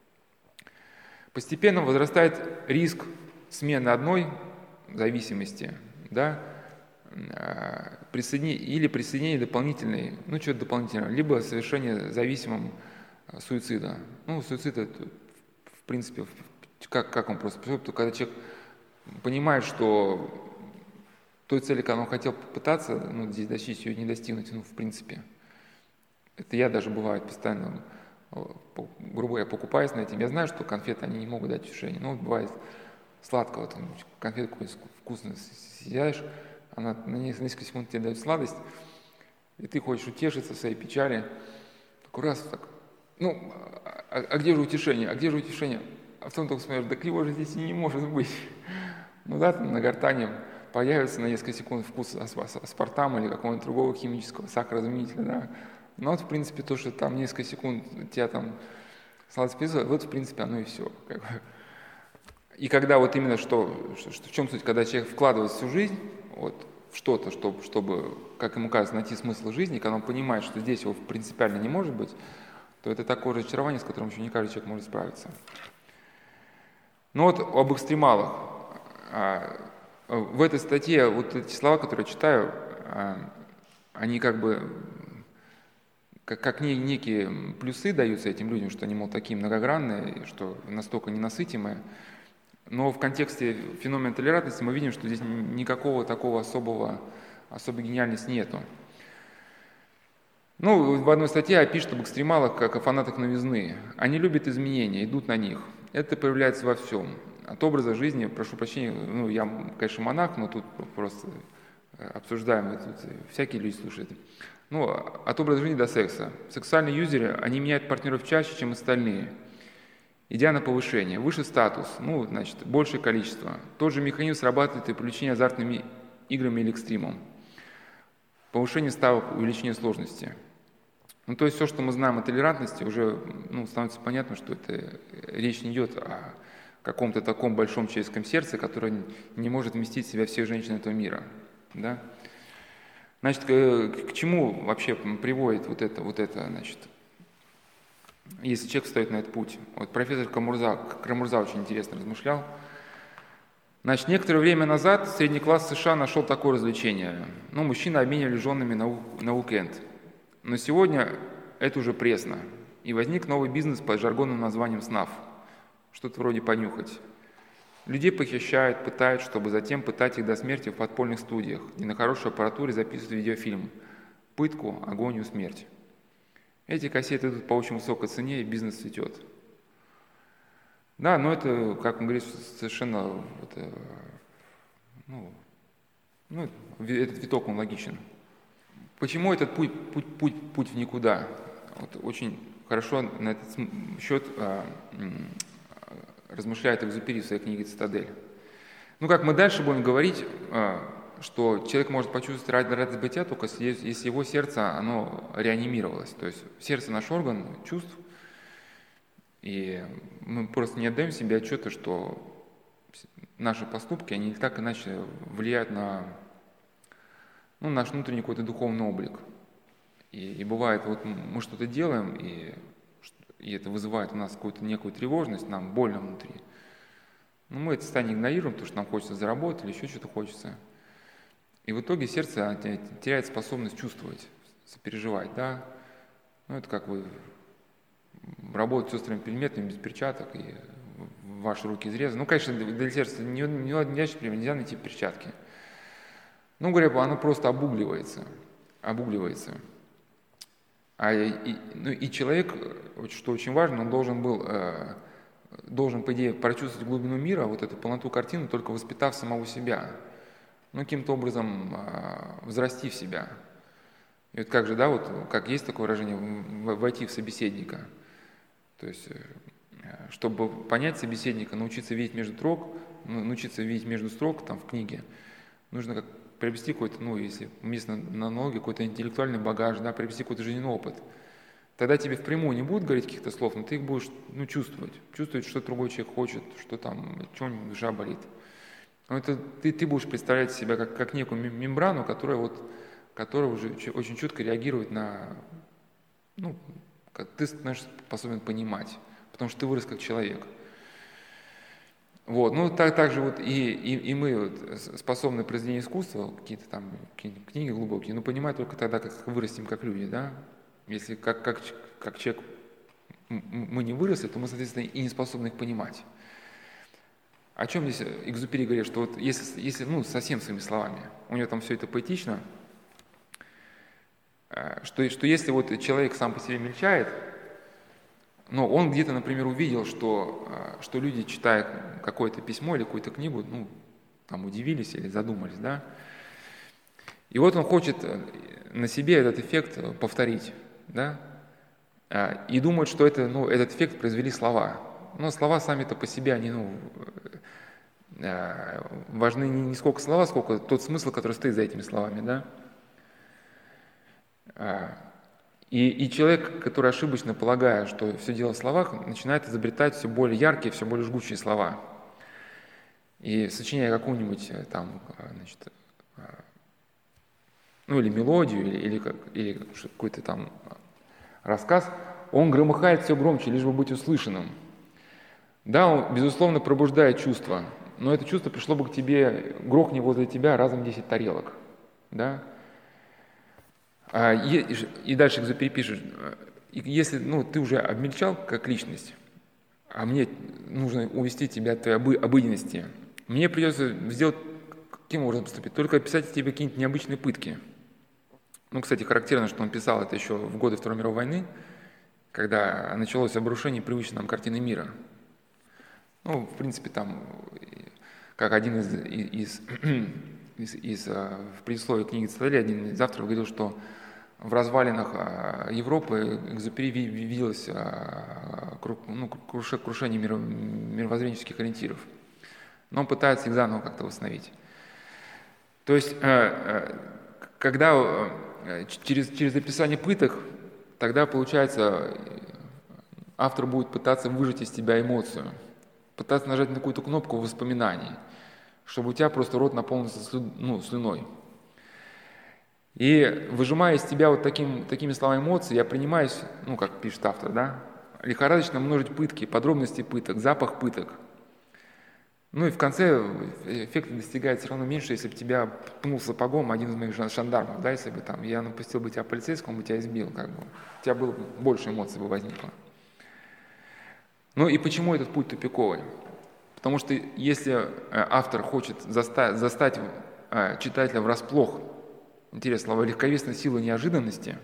Постепенно возрастает риск смены одной зависимости, да, присоедини... или присоединения дополнительной, ну что-то дополнительного, либо совершение зависимым суицида. Ну, суицид это, в принципе, как, как он просто происходит, когда человек понимает, что той цели, когда он хотел попытаться, ну, здесь достичь ее не достигнуть, ну, в принципе. Это я даже бывает постоянно, грубо говоря, покупаюсь на этим. Я знаю, что конфеты, они не могут дать утешение. Но вот бывает сладкого, там, конфетку вкусно съедаешь, она на несколько секунд тебе дает сладость, и ты хочешь утешиться в своей печали. Такой раз так, ну, а, а где же утешение? А где же утешение? А потом только смотришь, так его же здесь и не может быть. Ну да, там на гортане появится на несколько секунд вкус аспартама или какого-нибудь другого химического сахарозаменителя, да. Ну вот, в принципе, то, что там несколько секунд тебя там сладость призывает, вот, в принципе, оно и все. Как бы. И когда вот именно что, что, в чем суть, когда человек вкладывает всю жизнь вот, в что-то, чтобы, чтобы, как ему кажется, найти смысл жизни, когда он понимает, что здесь его принципиально не может быть, то это такое разочарование, с которым еще не каждый человек может справиться. Ну вот об экстремалах. В этой статье вот эти слова, которые я читаю, они как бы как, как некие плюсы даются этим людям, что они, мол, такие многогранные, что настолько ненасытимые. Но в контексте феномена толерантности мы видим, что здесь никакого такого особого, особой гениальности нету. Ну, в одной статье опишет об экстремалах как о фанатах новизны. Они любят изменения, идут на них. Это проявляется во всем. От образа жизни, прошу прощения, ну, я, конечно, монах, но тут просто обсуждаем, тут всякие люди слушают. Ну, от образа жизни до секса. Сексуальные юзеры, они меняют партнеров чаще, чем остальные, идя на повышение. Выше статус, ну, значит, большее количество. Тот же механизм срабатывает и при увлечении азартными играми или экстримом. Повышение ставок, увеличение сложности. Ну, то есть все, что мы знаем о толерантности, уже ну, становится понятно, что это речь не идет о каком-то таком большом человеческом сердце, которое не может вместить в себя всех женщин этого мира. Да? Значит, к, к чему вообще приводит вот это, вот это, значит, если человек встает на этот путь? Вот профессор Камурза, Крамурза очень интересно размышлял. Значит, некоторое время назад средний класс США нашел такое развлечение. Ну, мужчины обменивали женами на, на уикенд. Но сегодня это уже пресно. И возник новый бизнес под жаргонным названием СНАФ. Что-то вроде понюхать. Людей похищают, пытают, чтобы затем пытать их до смерти в подпольных студиях, где на хорошей аппаратуре записывают видеофильм «Пытку, агонию, смерть». Эти кассеты идут по очень высокой цене, и бизнес цветет. Да, но это, как он говорит, совершенно это, ну, ну, этот виток, он логичен. Почему этот путь, путь, путь, путь в никуда? Вот очень хорошо на этот счет а, размышляет Экзюпери в своей книге «Цитадель». Ну, как мы дальше будем говорить, а, что человек может почувствовать радость бытия только если его сердце, оно реанимировалось. То есть сердце — наш орган чувств, и мы просто не отдаем себе отчета, что наши поступки, они так иначе влияют на, ну, наш внутренний какой-то духовный облик. И, и бывает, вот мы что-то делаем, и, и это вызывает у нас какую-то некую тревожность, нам больно внутри. Но мы это состояние игнорируем, потому что нам хочется заработать или еще что-то хочется. И в итоге сердце теряет способность чувствовать, сопереживать, да. Ну, это как вы работаете с острыми предметами без перчаток, и ваши руки изрезаны. Ну, конечно, для сердца не, не, не, нельзя найти перчатки. Ну, говоря, оно просто обугливается, обугливается. А и, ну, и человек, что очень важно, он должен был, э, должен, по идее, прочувствовать глубину мира, вот эту полноту картины, только воспитав самого себя. Ну, каким-то образом э, взрасти в себя. И вот как же, да, вот как есть такое выражение, войти в собеседника. То есть, э, чтобы понять собеседника, научиться видеть между строк, научиться видеть между строк там в книге, нужно как приобрести какой-то, ну, если вместо на аналогии, какой-то интеллектуальный багаж, да, приобрести какой-то жизненный опыт. Тогда тебе впрямую не будут говорить каких-то слов, но ты их будешь, ну, чувствовать. Чувствовать, что другой человек хочет, что там, что у него душа болит. Но это ты, ты будешь представлять себя как, как некую мембрану, которая, вот, которая уже очень чутко реагирует на, ну, как ты становишься способен понимать, потому что ты вырос как человек. Вот, ну так, так же вот и, и, и мы вот способны произведения искусства, какие-то там какие книги глубокие, но понимать только тогда, как вырастем как люди, да. Если как, как, как человек мы не выросли, то мы, соответственно, и не способны их понимать. О чем здесь Экзюпери говорит, что вот если, если, ну, совсем своими словами, у него там все это поэтично, что, что если вот человек сам по себе мельчает, но он где-то, например, увидел, что, что люди, читая какое-то письмо или какую-то книгу, ну, там удивились или задумались, да, и вот он хочет на себе этот эффект повторить, да, и думает, что это, ну, этот эффект произвели слова. Но слова сами-то по себе, они, ну, важны не сколько слова, сколько тот смысл, который стоит за этими словами, да. И, и человек, который ошибочно полагая, что все дело в словах, начинает изобретать все более яркие, все более жгучие слова. И сочиняя какую-нибудь там, значит, ну или мелодию, или, или, как, или какой-то там рассказ, он громыхает все громче, лишь бы быть услышанным. Да, он, безусловно, пробуждает чувство, но это чувство пришло бы к тебе, грохни возле тебя разом десять тарелок, да. И дальше Экзюпери пишет, если, ну, ты уже обмельчал как личность, а мне нужно увести тебя от твоей обы- обыденности, мне придется сделать, каким образом поступить? Только описать тебе какие-нибудь необычные пытки. Ну, кстати, характерно, что он писал это еще в годы Второй мировой войны, когда началось обрушение привычной нам картины мира. Ну, в принципе, там, как один из, из, из, из в предисловии книги «Цитадель», один из авторов говорил, что в развалинах Европы Экзюпери виделось ну, крушение мировоззренческих ориентиров. Но он пытается их заново как-то восстановить. То есть, когда через, через описание пыток, тогда, получается, автор будет пытаться выжать из тебя эмоцию, пытаться нажать на какую-то кнопку воспоминаний, чтобы у тебя просто рот наполнился слю, ну, слюной. И выжимая из тебя вот таким, такими словами эмоций, я принимаюсь, ну, как пишет автор, да, лихорадочно множить пытки, подробности пыток, запах пыток. Ну и в конце эффект достигается все равно меньше, если бы тебя пнул сапогом один из моих жандармов, да, если бы там я напустил бы тебя полицейскому, он бы тебя избил, как бы, у тебя было больше эмоций бы возникло. Ну и почему этот путь тупиковый? Потому что если автор хочет заставить, застать читателя врасплох, интересное слово, легковесной силы неожиданности,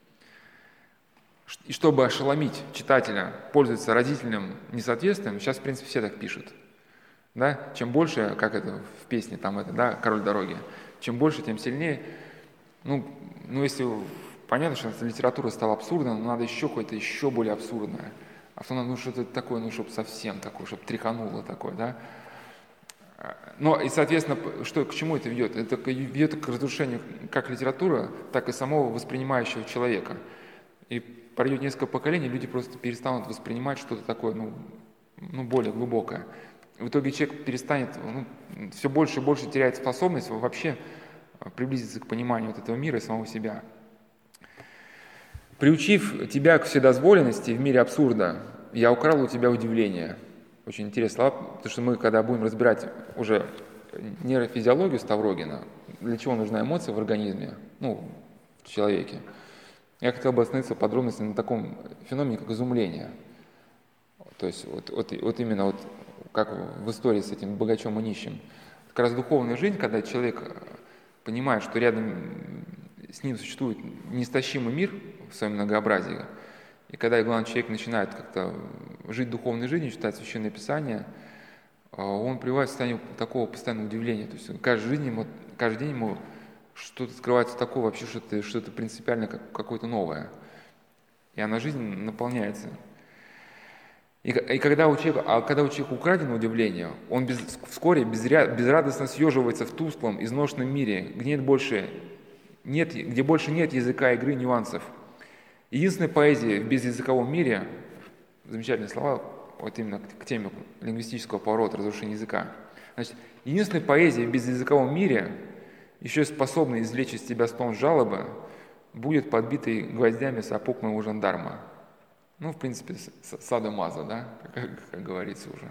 и чтобы ошеломить читателя, пользоваться разительным несоответствием, сейчас, в принципе, все так пишут. Да? Чем больше, как это в песне, там это, да, «Король дороги», чем больше, тем сильнее. Ну, ну если понятно, что литература стала абсурдной, но надо еще какое-то еще более абсурдное. А потом надо ну, что-то такое, ну, чтобы совсем такое, чтобы тряхануло такое, да. Ну, и, соответственно, что, к чему это ведет? Это ведет к разрушению как литературы, так и самого воспринимающего человека. И пройдет несколько поколений, люди просто перестанут воспринимать что-то такое, ну, ну более глубокое. В итоге человек перестанет, ну, все больше и больше теряет способность вообще приблизиться к пониманию вот этого мира и самого себя. «Приучив тебя к вседозволенности в мире абсурда, я украл у тебя удивление». Очень интересные слова, потому что мы, когда будем разбирать уже нейрофизиологию Ставрогина, для чего нужна эмоция в организме, ну, в человеке, я хотел бы остановиться подробности на таком феномене, как изумление. То есть вот, вот, вот именно вот как в истории с этим богачом и нищим. Как раз духовная жизнь, когда человек понимает, что рядом с ним существует неистощимый мир в своем многообразии, и когда, главное, человек начинает как-то жить духовной жизнью, читать Священное Писание, он приводит в состояние такого постоянного удивления. То есть каждый, жизнь ему, каждый день ему что-то скрывается такое, вообще что-то, что-то принципиально как, какое-то новое. И она жизнь наполняется. И, и когда, у человека, а когда у человека украдено удивление, он без, вскоре безря, безрадостно съеживается в тусклом, изношенном мире, где, нет больше, нет, где больше нет языка, игры, нюансов. Единственная поэзия в безязыковом мире, замечательные слова, вот именно к теме лингвистического поворота, разрушения языка. Значит, единственная поэзия в безязыковом мире, еще способная извлечь из тебя стон жалобы, будет подбитый гвоздями сапог моего жандарма. Ну, в принципе, садо-мазо, да, как, как говорится уже.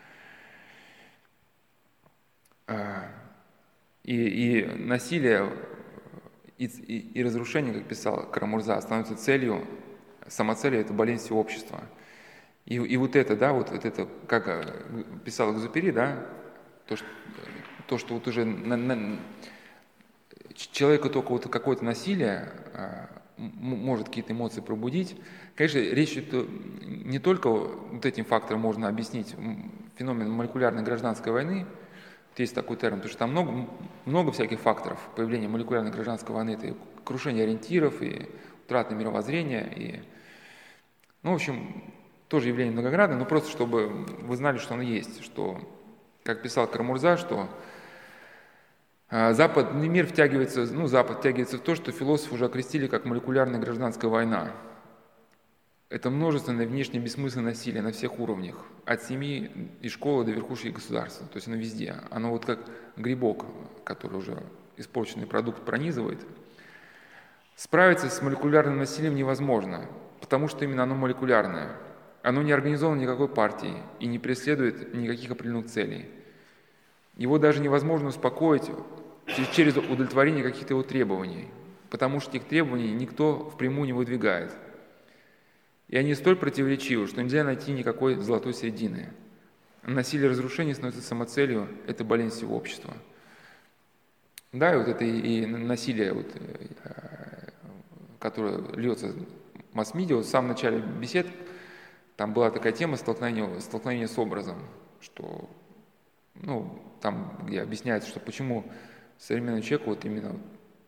И, и насилие и, и, и разрушение, как писал Карамурза, становится целью, самоцелью — это болезнь всего общества. И, и вот это, да, вот, вот это, как писал Экзюпери, да, то, что, то, что вот уже на, на, человеку только вот какое-то насилие а, может какие-то эмоции пробудить. Конечно, речь идет не только вот этим фактором можно объяснить феномен молекулярной гражданской войны, вот есть такой термин, потому что там много, много всяких факторов появления молекулярной гражданской войны, это и крушение ориентиров, и утрата мировоззрения, и, ну, в общем, тоже явление многогранное, но просто чтобы вы знали, что оно есть, что, как писал Карамурза, что западный мир втягивается, ну, Запад втягивается в то, что философы уже окрестили как молекулярная гражданская война. Это множественное внешнее бессмысленное насилие на всех уровнях, от семьи и школы до верхушки государства, то есть оно везде. Оно вот как грибок, который уже испорченный продукт пронизывает. Справиться с молекулярным насилием невозможно, потому что именно оно молекулярное. Оно не организовано никакой партией и не преследует никаких определенных целей. Его даже невозможно успокоить через удовлетворение каких-то его требований, потому что этих требований никто впрямую не выдвигает. И они столь противоречивы, что нельзя найти никакой золотой середины. Насилие и разрушение становится самоцелью, это болезнь всего общества. Да, и вот это и, и насилие, вот, которое льется в масс-медиа, в самом начале бесед, там была такая тема столкновения, столкновения с образом, что, ну, там, где объясняется, что почему современный человек вот именно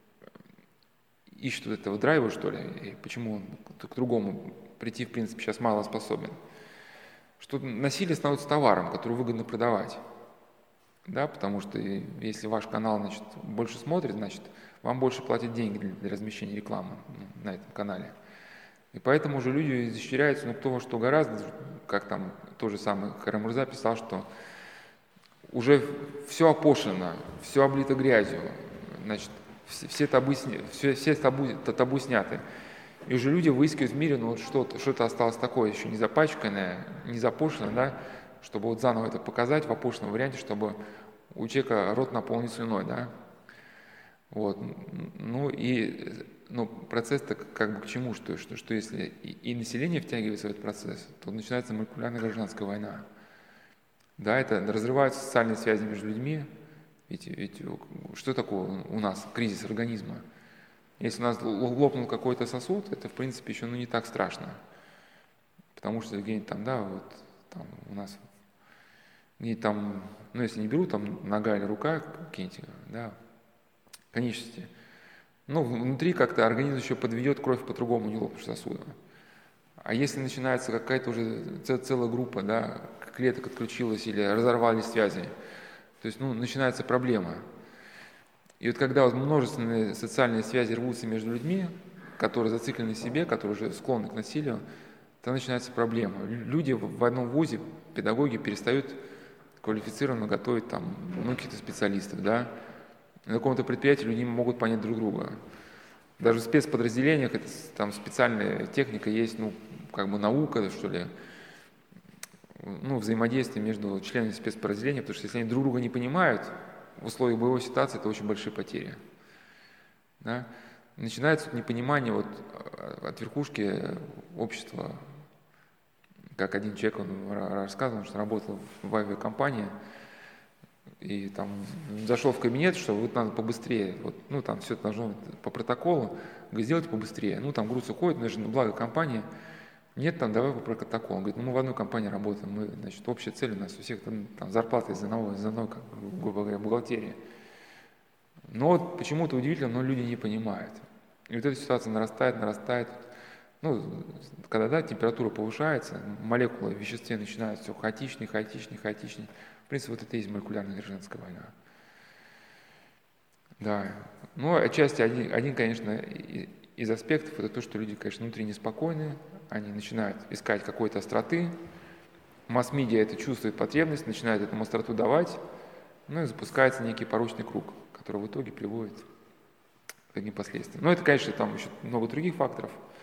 ищет вот этого драйва, что ли, и почему он к другому прийти, в принципе, сейчас мало способен. Что насилие становится товаром, который выгодно продавать. Да, потому что если ваш канал, значит, больше смотрит, значит, вам больше платят деньги для, для размещения рекламы на этом канале. И поэтому уже люди изощряются, ну, кто во что гораздо, как там то же самое Карамурза писал, что уже все опошлено, все облито грязью, значит, все, все, табу, все, все табу, табу сняты. И уже люди выискивают в мире, ну вот что-то, что-то осталось такое, еще не запачканное, не запошлено, да, чтобы вот заново это показать в опошленном варианте, чтобы у человека рот наполнен слюной, да. Вот. Ну и ну, процесс-то как бы к чему, что, что, что если и, и население втягивается в этот процесс, то начинается молекулярная гражданская война. Да, это разрываются социальные связи между людьми. Ведь, ведь что такое у нас кризис организма? Если у нас лопнул какой-то сосуд, это, в принципе, еще ну, не так страшно. Потому что где-нибудь там, да, вот там у нас, где-нибудь там, ну, если не берут, там нога или рука какие-нибудь, да, конечности, ну, внутри как-то организм еще подведет кровь по-другому, не лопнешь сосуда. А если начинается какая-то уже целая группа, да, клеток отключилась или разорвались связи, то есть, ну, начинается проблема. И вот когда вот множественные социальные связи рвутся между людьми, которые зациклены в себе, которые уже склонны к насилию, то начинается проблема. Люди в одном вузе, педагоги перестают квалифицированно готовить там, ну, каких-то специалистов, да. На каком-то предприятии люди не могут понять друг друга. Даже в спецподразделениях это, там специальная техника есть, ну, как бы наука, что ли, ну, взаимодействие между членами спецподразделения, потому что если они друг друга не понимают, в условиях боевой ситуации это очень большие потери. Да? Начинается непонимание вот от верхушки общества. Как один человек, он рассказывал, что работал в авиакомпании, и там зашел в кабинет, что вот надо побыстрее, вот, ну там все должно по протоколу, говорит, сделайте побыстрее. Ну там груз уходит, но же благо компания. Нет, там давай по протоколу. Он говорит, ну мы в одной компании работаем, мы, значит, общая цель у нас у всех там, там зарплата из одного, из одной, как, грубо говоря, бухгалтерии. Но вот почему-то удивительно, но люди не понимают. И вот эта ситуация нарастает, нарастает. Ну, когда да, температура повышается, молекулы в веществе начинают все хаотичнее, хаотичнее, хаотичнее. В принципе, вот это и есть молекулярная гражданская война. Да. Ну, отчасти один, один, конечно, из аспектов, это то, что люди, конечно, внутренне спокойны, они начинают искать какой-то остроты, масс-медиа это чувствует потребность, начинает эту остроту давать, ну и запускается некий порочный круг, который в итоге приводит к таким последствиям. Но это, конечно, там еще много других факторов.